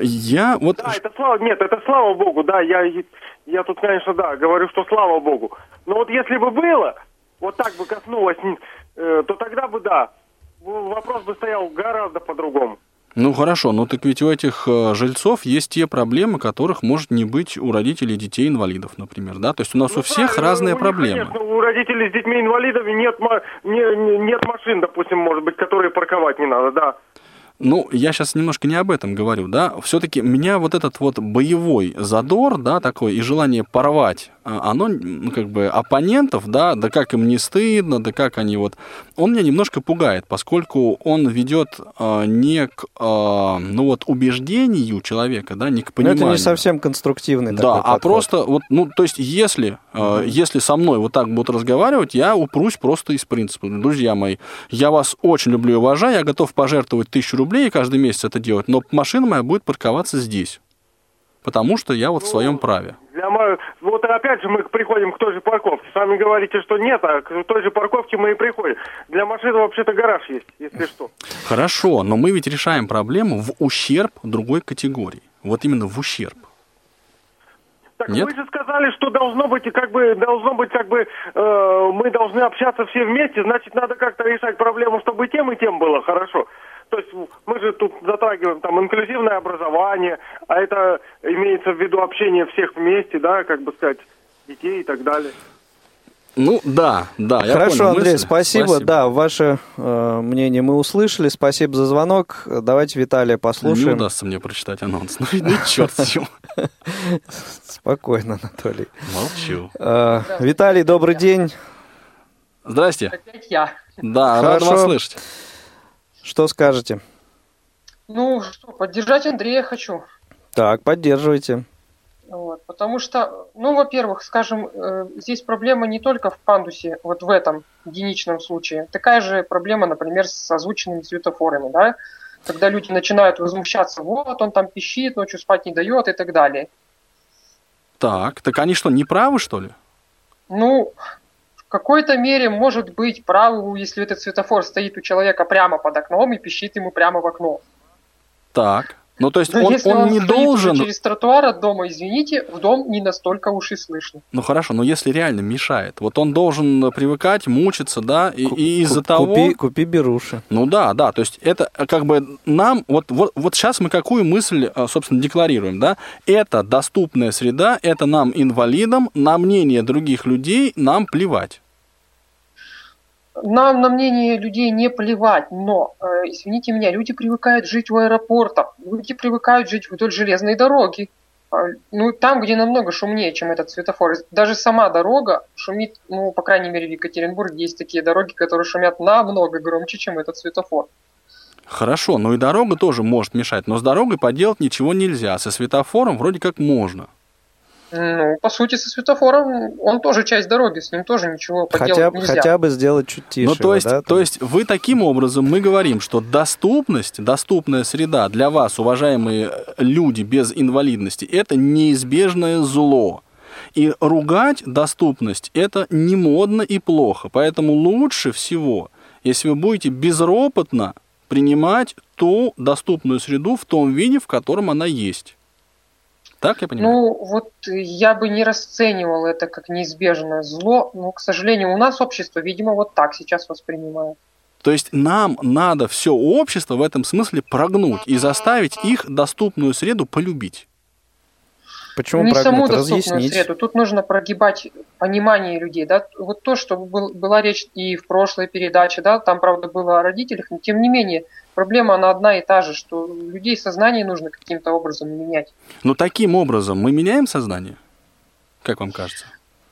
Это слава богу, да. Я тут, конечно, да, говорю, что слава богу. Но если бы было, так бы коснулось, то тогда бы, да, вопрос бы стоял гораздо по-другому. Хорошо, так ведь у этих жильцов есть те проблемы, которых может не быть у родителей детей-инвалидов, например, да? То есть у нас у всех разные проблемы. Конечно, у родителей с детьми-инвалидами нет машин, допустим, может быть, которые парковать не надо, да. Я сейчас немножко не об этом говорю, да. Все-таки меня этот боевой задор, да, такой, и желание порвать, оно, оппонентов, да как им не стыдно, да как они он меня немножко пугает, поскольку он ведет не к, убеждению человека, да, не к пониманию. Но это не совсем конструктивный такой подход. Просто, то есть, если со мной так будут разговаривать, я упрусь просто из принципа. Друзья мои, я вас очень люблю и уважаю, я готов пожертвовать 1000 рублей каждый месяц это делать, но машина моя будет парковаться здесь, потому что я в своем праве. Опять же мы приходим к той же парковке. Сами говорите, что нет, а к той же парковке мы и приходим. Для машины вообще-то гараж есть, если что. Хорошо, но мы ведь решаем проблему в ущерб другой категории. Именно в ущерб. Так Нет? вы же сказали, что должно быть, мы должны общаться все вместе, значит, надо как-то решать проблему, чтобы и тем было хорошо. То есть мы же тут затрагиваем там инклюзивное образование, а это имеется в виду общение всех вместе, да, как бы сказать, детей и так далее. Ну, да, я Хорошо, понял Андрей, мысль. спасибо. Да, ваше мнение мы услышали. Спасибо за звонок. Давайте Виталия послушаем. Не удастся мне прочитать анонс. Ну, черт с ним. Спокойно, Анатолий. Молчу. Виталий, добрый день. Здрасте. Опять я. Да, рад Хорошо. вас слышать. Что скажете? Ну что, поддержать Андрея хочу. Так, поддерживайте. Вот, потому что, ну, во-первых, скажем, здесь проблема не только в пандусе, вот в этом единичном случае. Такая же проблема, например, с озвученными светофорами, да? Когда люди начинают возмущаться, вот он там пищит, ночью спать не дает и так далее. Так они что, не правы, что ли? Ну, в какой-то мере может быть правы, если этот светофор стоит у человека прямо под окном и пищит ему прямо в окно. Так. Ну, то есть Но если он не стоит должен... уже через тротуар от дома, извините, в дом не настолько уж и слышно. Ну, хорошо, но если реально мешает, вот он должен привыкать, мучиться, да, и из-за того... Купи беруши. Ну да, то есть это как бы нам... Вот сейчас мы какую мысль, собственно, декларируем, да? Это доступная среда, это нам, инвалидам, на мнение других людей нам плевать. Нам на мнение людей не плевать, но, извините меня, люди привыкают жить в аэропортах, люди привыкают жить вдоль железной дороги. Ну, там, где намного шумнее, чем этот светофор. Даже сама дорога шумит, ну, по крайней мере, в Екатеринбурге есть такие дороги, которые шумят намного громче, чем этот светофор. Хорошо, но и дорога тоже может мешать, но с дорогой поделать ничего нельзя, со светофором вроде как можно. Ну, по сути, со светофором он тоже часть дороги, с ним тоже ничего поделать нельзя. Хотя бы сделать чуть тише. Ну, то есть вы таким образом, мы говорим, что доступная среда для вас, уважаемые люди без инвалидности, это неизбежное зло. И ругать доступность это не модно и плохо. Поэтому лучше всего, если вы будете безропотно принимать ту доступную среду в том виде, в котором она есть. Так я понимаю? Ну, вот я бы не расценивал это как неизбежное зло, но, к сожалению, у нас общество, видимо, вот так сейчас воспринимает. То есть нам надо все общество в этом смысле прогнуть и заставить их доступную среду полюбить. Почему не прогнуть? саму доступную Разъяснить. среду, тут нужно прогибать понимание людей. Да? Вот то, что была речь и в прошлой передаче, да, там, правда, было о родителях, но тем не менее, проблема она одна и та же, что людей сознание нужно каким-то образом менять. Но таким образом мы меняем сознание? Как вам кажется?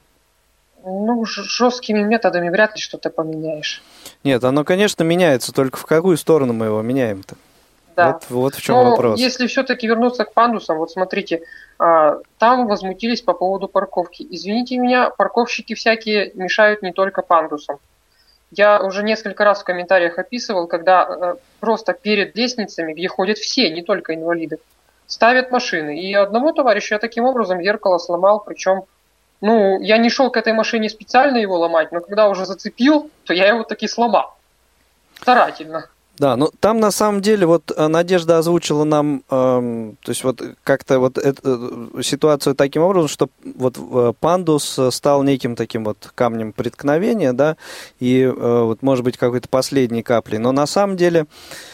Ну, жесткими методами вряд ли что-то поменяешь. Нет, оно, конечно, меняется, только в какую сторону мы его меняем-то? Да. Вот в чем Но вопрос. если все-таки вернуться к пандусам, вот смотрите, там возмутились по поводу парковки. Извините меня, парковщики всякие мешают не только пандусам. Я уже несколько раз в комментариях описывал, когда просто перед лестницами, где ходят все, не только инвалиды, ставят машины. И одному товарищу я таким образом зеркало сломал, причем, ну, я не шел к этой машине специально его ломать, но когда уже зацепил, то я его таки сломал. Старательно. Да, ну там на самом деле вот Надежда озвучила нам, то есть вот как-то вот ситуацию таким образом, что вот пандус стал неким таким вот камнем преткновения, да, и вот может быть какой-то последней каплей, но на самом деле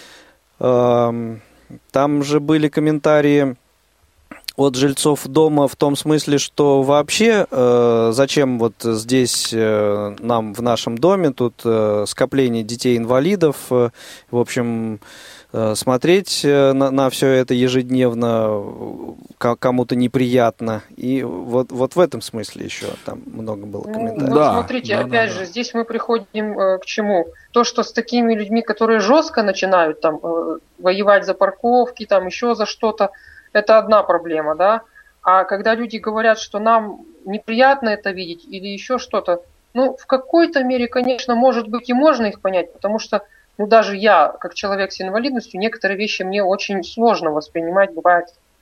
там же были комментарии от жильцов дома в том смысле, что вообще зачем вот здесь нам в нашем доме тут скопление детей-инвалидов, в общем, смотреть на все это ежедневно кому-то неприятно. И вот в этом смысле еще там много было комментариев. Ну, смотрите, опять же, здесь мы приходим к чему? То, что с такими людьми, которые жестко начинают там воевать за парковки, там еще за что-то, это одна проблема, да. А когда люди говорят, что нам неприятно это видеть или еще что-то, ну, в какой-то мере, конечно, может быть и можно их понять, потому что, ну, даже я, как человек с инвалидностью, некоторые вещи мне очень сложно воспринимать, бывает,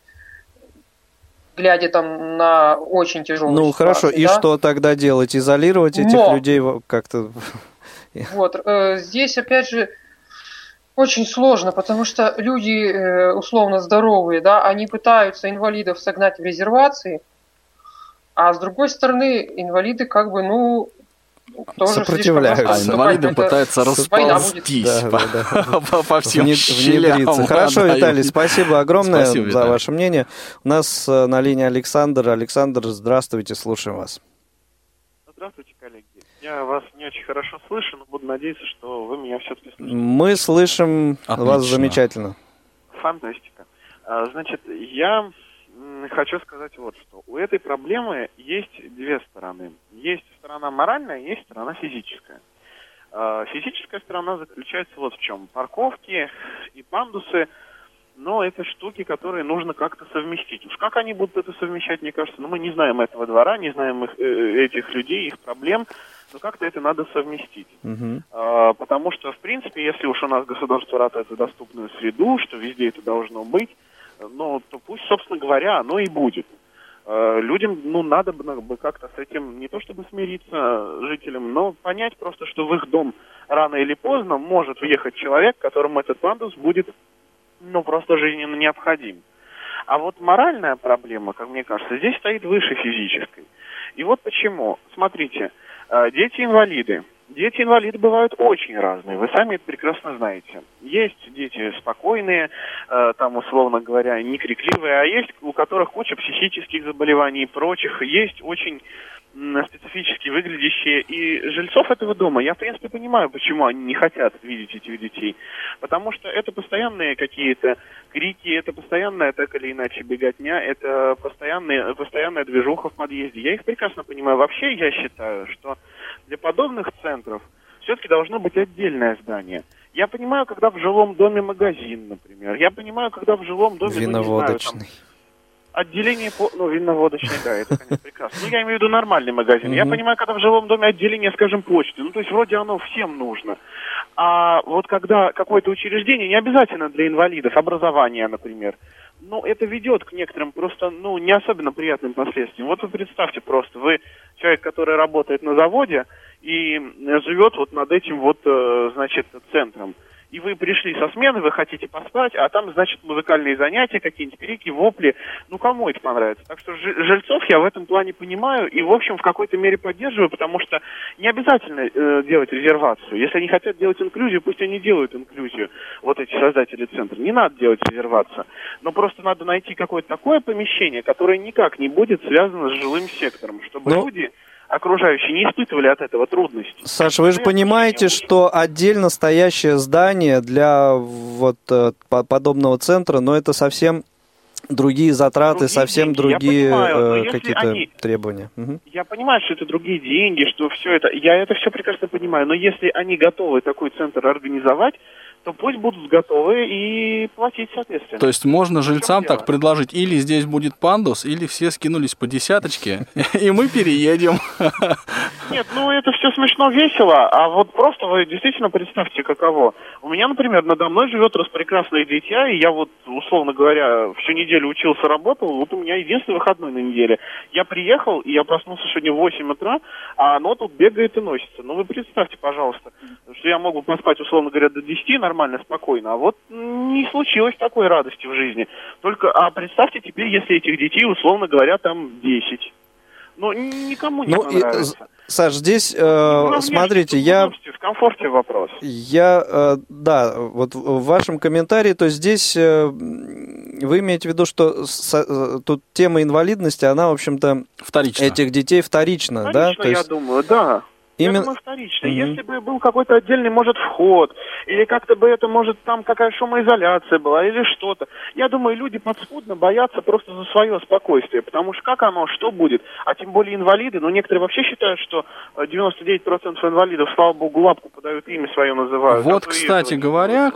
глядя там на очень тяжелую ситуацию. Хорошо, и да? что тогда делать? Изолировать этих людей как-то? Вот, здесь, опять же, очень сложно, потому что люди условно здоровые, да, они пытаются инвалидов согнать в резервации, А с другой стороны, инвалиды как бы, тоже сопротивляются. Инвалиды пытаются расползтись по всем щелям. Хорошо, Виталий, спасибо огромное за ваше мнение. У нас на линии Александр. Александр, здравствуйте, слушаем вас. Здравствуйте, коллеги. Я вас не очень хорошо слышу, но буду надеяться, что вы меня все-таки слышите. Мы слышим вас замечательно. Фантастика. Значит, я хочу сказать вот что. У этой проблемы есть две стороны. Есть сторона моральная, есть сторона физическая. Физическая сторона заключается вот в чем. Парковки и пандусы, но это штуки, которые нужно как-то совместить. Уж как они будут это совмещать, мне кажется, мы не знаем этого двора, не знаем этих людей, их проблем, но как-то это надо совместить. Потому что, в принципе, если уж у нас государство ратует за доступную среду, что везде это должно быть, то пусть, собственно говоря, оно и будет. Людям, надо бы как-то с этим не то чтобы смириться жителям, но понять просто, что в их дом рано или поздно может въехать человек, которому этот пандус будет, просто жизненно необходим. А вот моральная проблема, как мне кажется, здесь стоит выше физической. И вот почему. Смотрите, дети-инвалиды. Дети-инвалиды бывают очень разные, вы сами это прекрасно знаете. Есть дети спокойные, условно говоря, не крикливые, а есть у которых куча психических заболеваний и прочих, есть очень специфически выглядящие. И жильцов этого дома, я в принципе понимаю, почему они не хотят видеть этих детей. Потому что это постоянные какие-то крики, это постоянная так или иначе беготня, это постоянная движуха в подъезде. Я их прекрасно понимаю. Вообще я считаю, что для подобных центров все-таки должно быть отдельное здание. Я понимаю, когда в жилом доме магазин, например. Я понимаю, когда в жилом доме... Виноводочный. Отделение винноводочный, да, это, конечно, прекрасно. Я имею в виду нормальный магазин. Я понимаю, когда в жилом доме отделение, скажем, почты. То есть вроде оно всем нужно. А вот когда какое-то учреждение, не обязательно для инвалидов, образование, например, это ведет к некоторым просто, не особенно приятным последствиям. Вот вы представьте просто, вы человек, который работает на заводе и живет вот над этим центром. И вы пришли со смены, вы хотите поспать, а там, музыкальные занятия, какие-нибудь крики, вопли. Кому это понравится? Так что жильцов я в этом плане понимаю и, в общем, в какой-то мере поддерживаю, потому что не обязательно делать резервацию. Если они хотят делать инклюзию, пусть они делают инклюзию, вот эти создатели центра. Не надо делать резервацию. Но просто надо найти какое-то такое помещение, которое никак не будет связано с жилым сектором, чтобы люди... окружающие не испытывали от этого трудностей. Саша, вы же понимаете, что отдельно стоящее здание для подобного центра, это совсем другие затраты, совсем другие какие-то требования. Я понимаю, что это другие деньги, что все это, я это все прекрасно понимаю, но если они готовы такой центр организовать, то пусть будут готовы и платить соответственно. То есть можно жильцам так предложить, или здесь будет пандус, или все скинулись по десяточке, и мы переедем. Нет, это все смешно, весело, а вот просто вы действительно представьте, каково. У меня, например, надо мной живет распрекрасное дитя, и я условно говоря, всю неделю учился, работал, у меня единственный выходной на неделе. Я приехал, и я проснулся сегодня в 8 утра, а оно тут бегает и носится. Вы представьте, пожалуйста, что я могу поспать, условно говоря, до 10 нормально, спокойно, а вот не случилось такой радости в жизни. А представьте теперь, если этих детей, условно говоря, там 10. Никому не понравится. Саш, здесь, смотрите, в комфорте вопрос. Вот в вашем комментарии, то здесь вы имеете в виду, что тут тема инвалидности, она, в общем-то, вторична. Этих детей вторична, да? То есть... я думаю, да. Я думаю, вторично. Если бы был какой-то отдельный, вход, или как-то бы это, там какая шумоизоляция была, или что-то. Я думаю, люди подспудно боятся просто за свое спокойствие, потому что как оно, что будет? А тем более инвалиды, некоторые вообще считают, что 99% инвалидов, слава богу, лапку подают, имя свое называют. Вот, кстати говоря,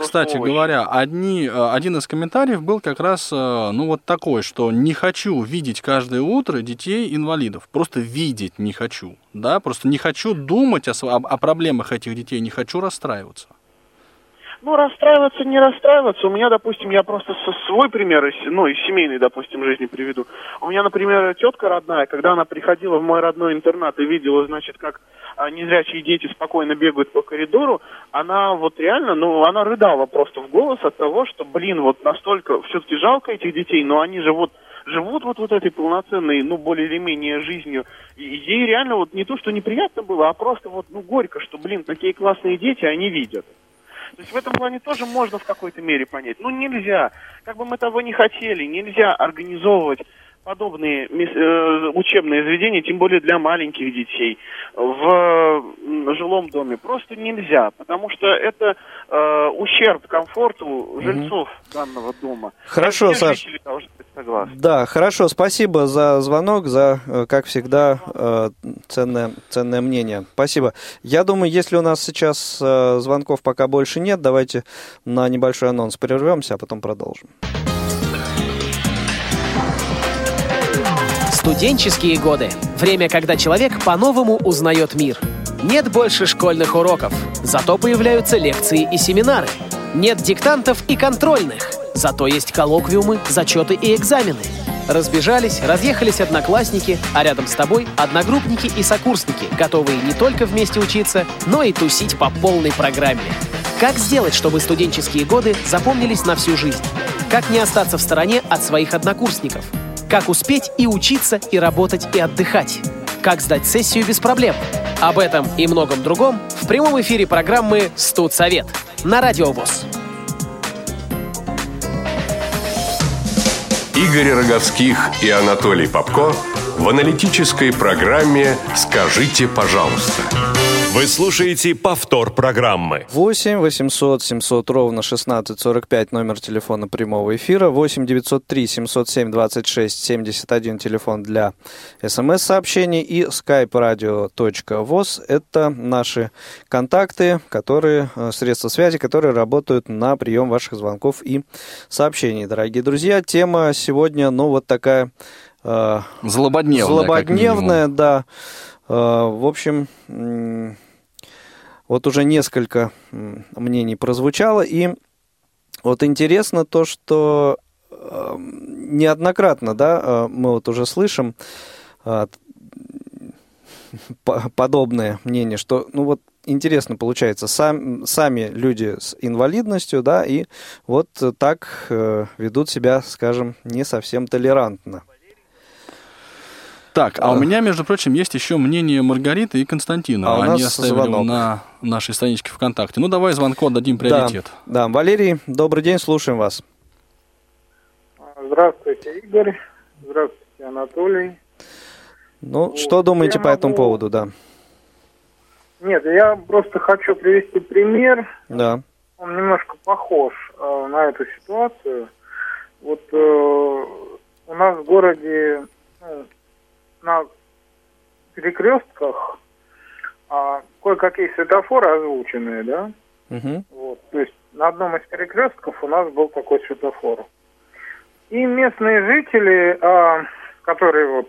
один из комментариев был как раз, такой, что не хочу видеть каждое утро детей-инвалидов. Просто видеть не хочу. Да, просто не хочу думать о проблемах этих детей, не хочу расстраиваться. Расстраиваться, не расстраиваться. У меня, допустим, я просто свой пример из семейной, допустим, жизни приведу. У меня, например, тетка родная, когда она приходила в мой родной интернат и видела, как незрячие дети спокойно бегают по коридору, она реально, она рыдала просто в голос от того, что, настолько все-таки жалко этих детей, но они же живут вот этой полноценной, ну, более или менее жизнью. И ей реально вот не то, что неприятно было, а просто вот, ну, горько, что, блин, такие классные дети, они видят. То есть в этом плане тоже можно в какой-то мере понять. Ну, нельзя, как бы мы того не хотели, нельзя организовывать подобные учебные заведения, тем более для маленьких детей, в жилом доме. Просто нельзя, потому что это ущерб комфорту жильцов данного дома. Хорошо, все Саш. жители должны быть согласны. Да, хорошо, спасибо за звонок, за, как всегда, ценное мнение. Спасибо. Я думаю, если у нас сейчас звонков пока больше нет, давайте на небольшой анонс прервемся, а потом продолжим. Студенческие годы. Время, когда человек по-новому узнает мир. Нет больше школьных уроков, зато появляются лекции и семинары. Нет диктантов и контрольных, зато есть коллоквиумы, зачеты и экзамены. Разбежались, разъехались одноклассники, а рядом с тобой одногруппники и сокурсники, готовые не только вместе учиться, но и тусить по полной программе. Как сделать, чтобы студенческие годы запомнились на всю жизнь? Как не остаться в стороне от своих однокурсников? Как успеть и учиться, и работать, и отдыхать? Как сдать сессию без проблем? Об этом и многом другом в прямом эфире программы «Студсовет» на Радио ВОС. Игорь Роговских и Анатолий Попко в аналитической программе «Скажите, пожалуйста». Вы слушаете повтор программы. 8 800 700 ровно 1645 номер телефона прямого эфира. 8 903 707 26 71 телефон для смс-сообщений. И skype-radio.voz — это наши контакты, средства связи, которые работают на прием ваших звонков и сообщений. Дорогие друзья, тема сегодня, вот такая... Злободневная, да. В общем, вот уже несколько мнений прозвучало, и вот интересно то, что неоднократно, да, мы вот уже слышим подобное мнение, что, интересно получается, сами люди с инвалидностью, да, и вот так ведут себя, скажем, не совсем толерантно. Так, а у меня, между прочим, есть еще мнение Маргариты и Константина. Они оставили звонок на нашей страничке ВКонтакте. Давай звонку отдадим приоритет. Да, Валерий, добрый день, слушаем вас. Здравствуйте, Игорь. Здравствуйте, Анатолий. Что думаете по этому поводу, да? Нет, я просто хочу привести пример. Да. Он немножко похож на эту ситуацию. Вот у нас в городе... на перекрестках кое-какие светофоры озвученные, да? Угу. То есть на одном из перекрестков у нас был такой светофор. И местные жители, которые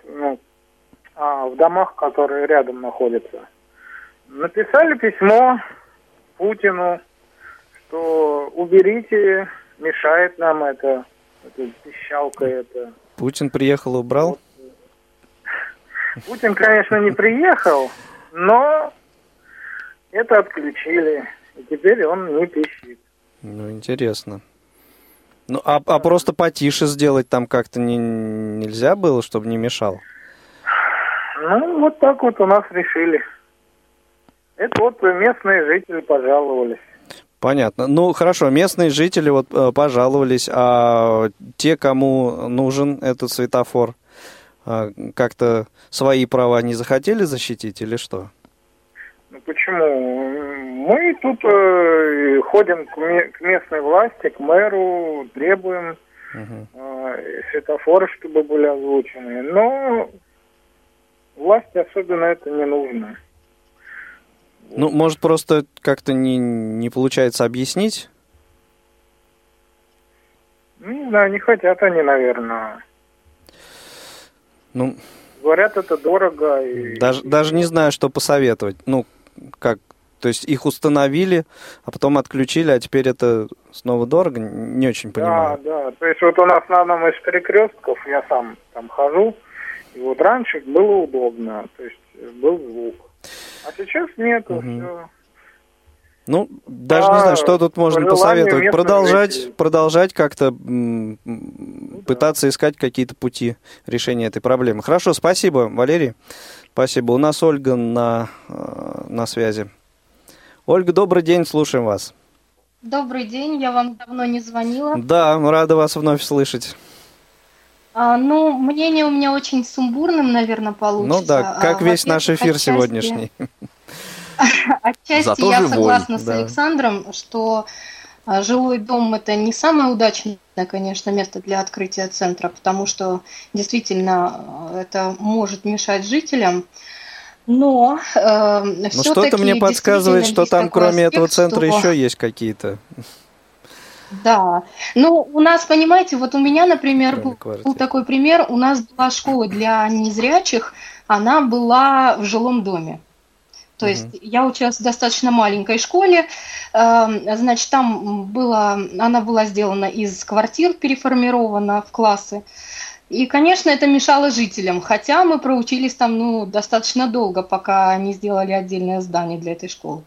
в домах, которые рядом находятся, написали письмо Путину, что уберите, мешает нам это пищалка это. Путин приехал и убрал? Путин, конечно, не приехал, но это отключили. И теперь он не пищит. Интересно. А просто потише сделать там как-то нельзя было, чтобы не мешал? Вот так вот у нас решили. Это местные жители пожаловались. Понятно. Хорошо, местные жители пожаловались, а те, кому нужен этот светофор, как-то свои права не захотели защитить или что? Почему? Мы тут ходим к местной власти, к мэру, требуем светофоры, чтобы были озвучены. Но власти особенно это не нужно. Может, просто как-то не получается объяснить? Не знаю, не хотят они, наверное. Говорят, это дорого. Даже не знаю, что посоветовать. То есть их установили, а потом отключили, а теперь это снова дорого? Не очень понимаю. Да. То есть у нас на одном из перекрестков, я сам там хожу, и раньше было удобно, то есть был звук. А сейчас нету, все. Ну, даже не знаю, что тут можно посоветовать. Продолжать как-то пытаться искать какие-то пути решения этой проблемы. Хорошо, спасибо, Валерий. Спасибо. У нас Ольга на связи. Ольга, добрый день, слушаем вас. Добрый день, я вам давно не звонила. Да, рада вас вновь слышать. Мнение у меня очень сумбурным, наверное, получится. Ну да, как весь наш эфир сегодняшний. Отчасти я согласна с Александром, что жилой дом – это не самое удачное, конечно, место для открытия центра, потому что действительно это может мешать жителям. Но что-то мне подсказывает, что там кроме этого центра еще есть какие-то. Да. У нас, понимаете, вот у меня, например, был такой пример. У нас была школа для незрячих, она была в жилом доме. То есть я училась в достаточно маленькой школе, значит, она была сделана из квартир, переформирована в классы. И, конечно, это мешало жителям, хотя мы проучились там достаточно долго, пока не сделали отдельное здание для этой школы.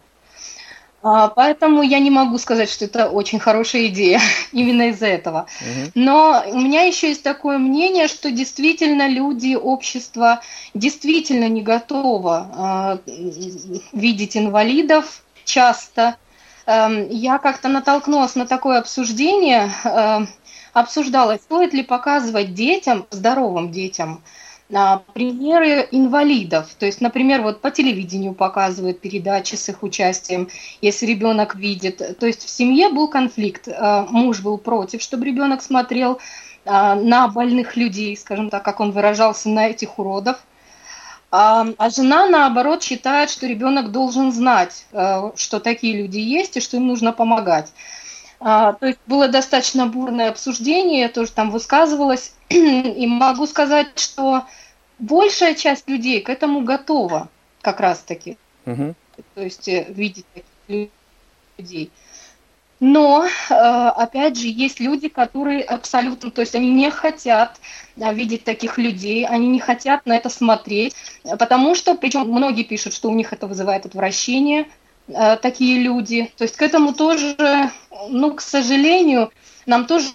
Поэтому я не могу сказать, что это очень хорошая идея именно из-за этого. Но у меня еще есть такое мнение, что действительно люди, общество действительно не готово видеть инвалидов часто. Я как-то натолкнулась на такое обсуждение, обсуждала, стоит ли показывать детям, здоровым детям, примеры инвалидов. То есть, например, вот по телевидению показывают передачи с их участием, если ребенок видит. То есть в семье был конфликт. Муж был против, чтобы ребенок смотрел на больных людей, скажем так, как он выражался, на этих уродов. А жена, наоборот, считает, что ребенок должен знать, что такие люди есть и что им нужно помогать. То есть было достаточно бурное обсуждение, я тоже там высказывалась, и могу сказать, что большая часть людей к этому готова как раз-таки, то есть видеть таких людей. Но, опять же, есть люди, которые абсолютно, то есть они не хотят видеть таких людей, они не хотят на это смотреть, потому что, причем многие пишут, что у них это вызывает отвращение, такие люди. То есть к этому тоже, к сожалению, нам тоже...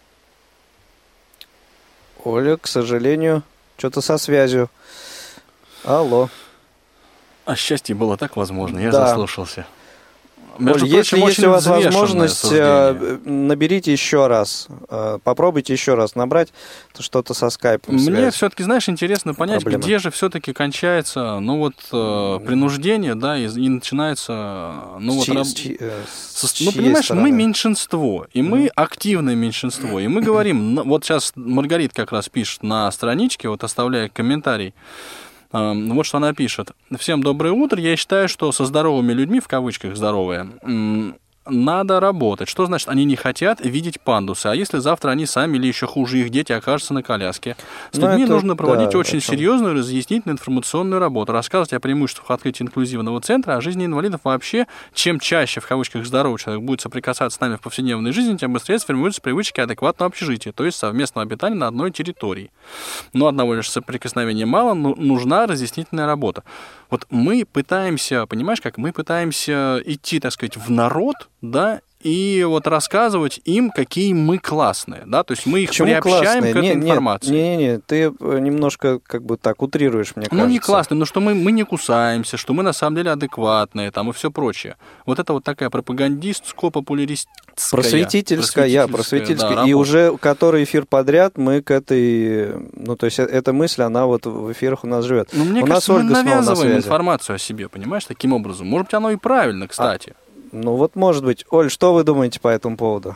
Оля, к сожалению, что-то со связью. Алло. А счастье было так возможно, я заслушался. Оль, если у вас возможность, наберите еще раз, попробуйте еще раз набрать, что-то со скайпом. Мне все-таки, знаешь, интересно понять, где же все-таки кончается, принуждение, да, и начинается, понимаешь, мы меньшинство, и мы активное меньшинство, и мы говорим, вот сейчас Маргарита как раз пишет на страничке, вот оставляя комментарий. Вот что она пишет. Всем доброе утро. Я считаю, что со здоровыми людьми, в кавычках здоровые, надо работать. Что значит, они не хотят видеть пандусы? А если завтра они сами или еще хуже их дети окажутся на коляске? С людьми нужно проводить очень серьезную разъяснительную информационную работу, рассказывать о преимуществах открытия инклюзивного центра, о жизни инвалидов вообще. Чем чаще, в кавычках, здоровый человек будет соприкасаться с нами в повседневной жизни, тем быстрее сформируются привычки адекватного общежития, то есть совместного обитания на одной территории. Но одного лишь соприкосновения мало, нужна разъяснительная работа. Вот мы пытаемся, понимаешь, как мы пытаемся идти, так сказать, в народ, да, и вот рассказывать им, какие мы классные, да, то есть мы их приобщаем к этой информации. Не-не-не, ты немножко как бы так утрируешь, мне кажется. Не классные, но что мы не кусаемся, что мы на самом деле адекватные, там, и все прочее. Вот это вот такая пропагандистско-популяристическая. Просветительская. Да, и уже который эфир подряд мы к этой, то есть эта мысль, она вот в эфирах у нас живет. Мне кажется, мы навязываем информацию о себе, понимаешь, таким образом. Может быть, оно и правильно, кстати. Может быть. Оль, что вы думаете по этому поводу?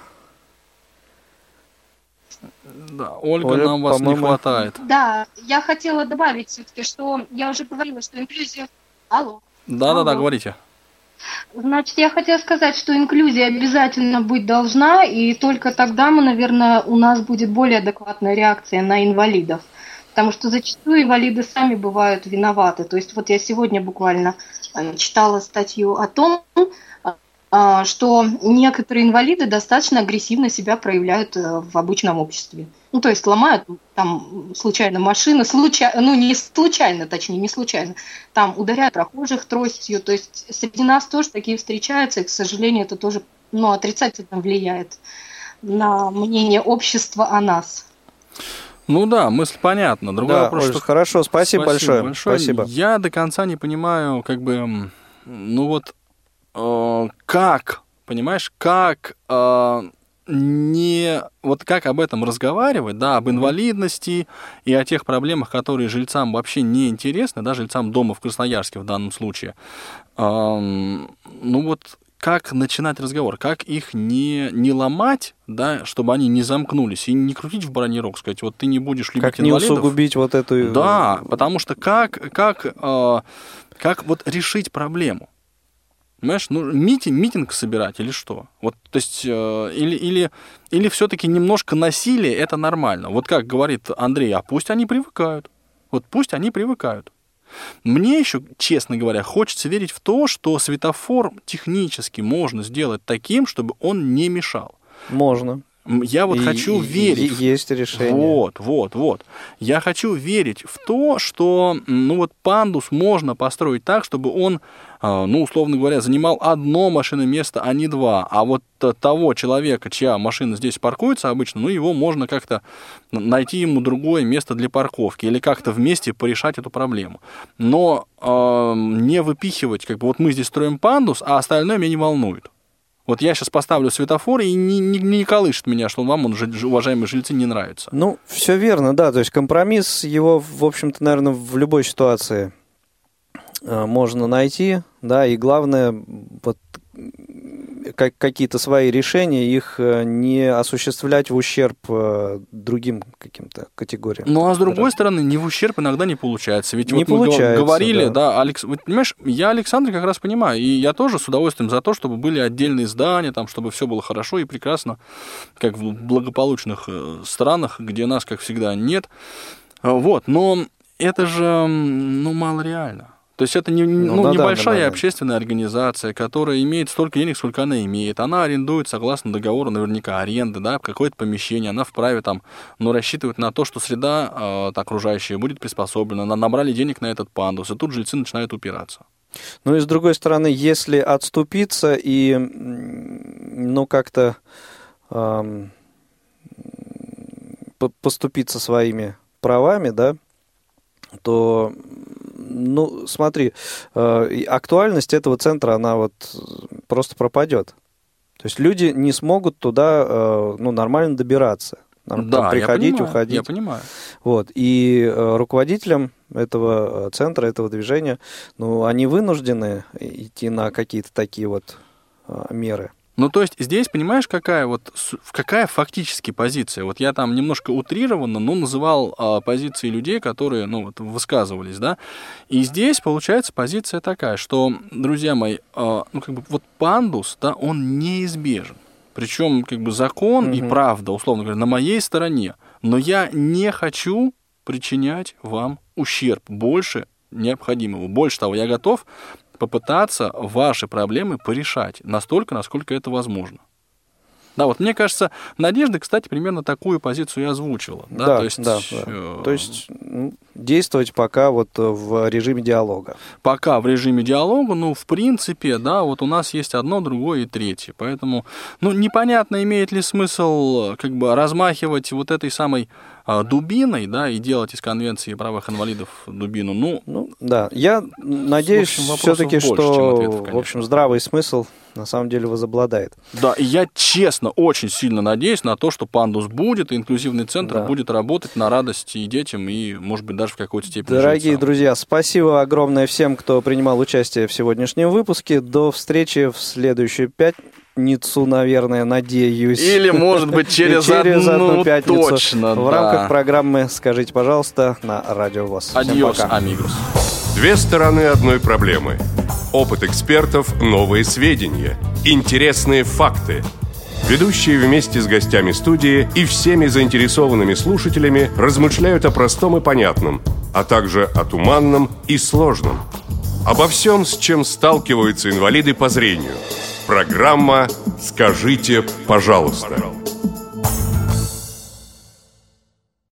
Да, Оля, нам вас не хватает. Да, я хотела добавить все-таки, что я уже говорила, что инклюзия... Алло. Да, говорите. Значит, я хотела сказать, что инклюзия обязательно быть должна, и только тогда у нас будет более адекватная реакция на инвалидов. Потому что зачастую инвалиды сами бывают виноваты. То есть вот я сегодня буквально читала статью о том, что некоторые инвалиды достаточно агрессивно себя проявляют в обычном обществе. Ну, то есть ломают там случайно машины, не случайно, там ударяют прохожих тростью. То есть среди нас тоже такие встречаются, и, к сожалению, это тоже отрицательно влияет на мнение общества о нас. Ну да, мысль понятна. Другой вопрос, Оль, хорошо, спасибо большое. Спасибо. Я до конца не понимаю, как, понимаешь, как как об этом разговаривать, да, об инвалидности и о тех проблемах, которые жильцам вообще не интересны, да, жильцам дома в Красноярске в данном случае. Как начинать разговор, как их не ломать, да, чтобы они не замкнулись, и не крутить в бараний рог, сказать, вот ты не будешь любить как инвалидов. Как не усугубить вот эту... Да, потому что как вот решить проблему? Понимаешь, митинг собирать или что? Вот, то есть, или все-таки немножко насилия это нормально. Вот как говорит Андрей, а пусть они привыкают. Вот пусть они привыкают. Мне еще, честно говоря, хочется верить в то, что светофор технически можно сделать таким, чтобы он не мешал. Можно. Я вот хочу верить. Есть решение. Вот. Я хочу верить в то, что пандус можно построить так, чтобы он, условно говоря, занимал одно машиноместо, а не два. А вот того человека, чья машина здесь паркуется обычно, его можно как-то найти ему другое место для парковки или как-то вместе порешать эту проблему. Но не выпихивать, мы здесь строим пандус, а остальное меня не волнует. Вот я сейчас поставлю светофор, и не колышет меня, что вам, уважаемые жильцы, не нравится. Все верно, да. То есть компромисс его, в общем-то, наверное, в любой ситуации можно найти, да, и главное, какие-то свои решения, их не осуществлять в ущерб другим каким-то категориям. А с другой стороны, не в ущерб иногда не получается. Ведь не получается, мы говорили, да, вот, понимаешь, я Александра как раз понимаю, и я тоже с удовольствием за то, чтобы были отдельные здания, там, чтобы все было хорошо и прекрасно, как в благополучных странах, где нас, как всегда, нет. Вот, но это же, мало реально. То есть это небольшая общественная организация, которая имеет столько денег, сколько она имеет. Она арендует, согласно договору, наверняка аренды, да, какое-то помещение. Она вправе рассчитывать на то, что среда окружающая будет приспособлена. Набрали денег на этот пандус, и тут жильцы начинают упираться. И с другой стороны, если отступиться и как-то поступиться своими правами, да, то... смотри, актуальность этого центра, она просто пропадет. То есть люди не смогут туда, нормально добираться. Приходить, уходить. Я понимаю. И руководителям этого центра, этого движения, они вынуждены идти на какие-то такие меры. То есть здесь, понимаешь, какая фактически позиция? Вот я там немножко утрированно, называл позиции людей, которые, высказывались, да? И здесь получается позиция такая, что, друзья мои, пандус, да, он неизбежен. Причем, закон и правда, условно говоря, на моей стороне. Но я не хочу причинять вам ущерб больше необходимого. Больше того, я готов попытаться ваши проблемы порешать настолько, насколько это возможно. Да, мне кажется, Надежда, кстати, примерно такую позицию и озвучила. Да, то есть действовать пока в режиме диалога. Пока в режиме диалога, в принципе, да, у нас есть одно, другое и третье. Поэтому, непонятно, имеет ли смысл размахивать этой самой дубиной, да, и делать из Конвенции о правах инвалидов дубину. Да, я надеюсь все-таки, что, в общем, здравый смысл на самом деле возобладает. Да, и я честно, очень сильно надеюсь на то, что пандус будет, и инклюзивный центр будет работать на радость и детям, и, может быть, даже в какой-то степени Дорогие друзья, спасибо огромное всем, кто принимал участие в сегодняшнем выпуске. До встречи в следующую пятницу, наверное, надеюсь. Или, может быть, через одну пятницу. Точно, в рамках программы «Скажите, пожалуйста» на Радио ВОС. Адьос, амигос. Две стороны одной проблемы. Опыт экспертов, новые сведения, интересные факты. Ведущие вместе с гостями студии и всеми заинтересованными слушателями размышляют о простом и понятном, а также о туманном и сложном. Обо всем, с чем сталкиваются инвалиды по зрению. Программа «Скажите, пожалуйста».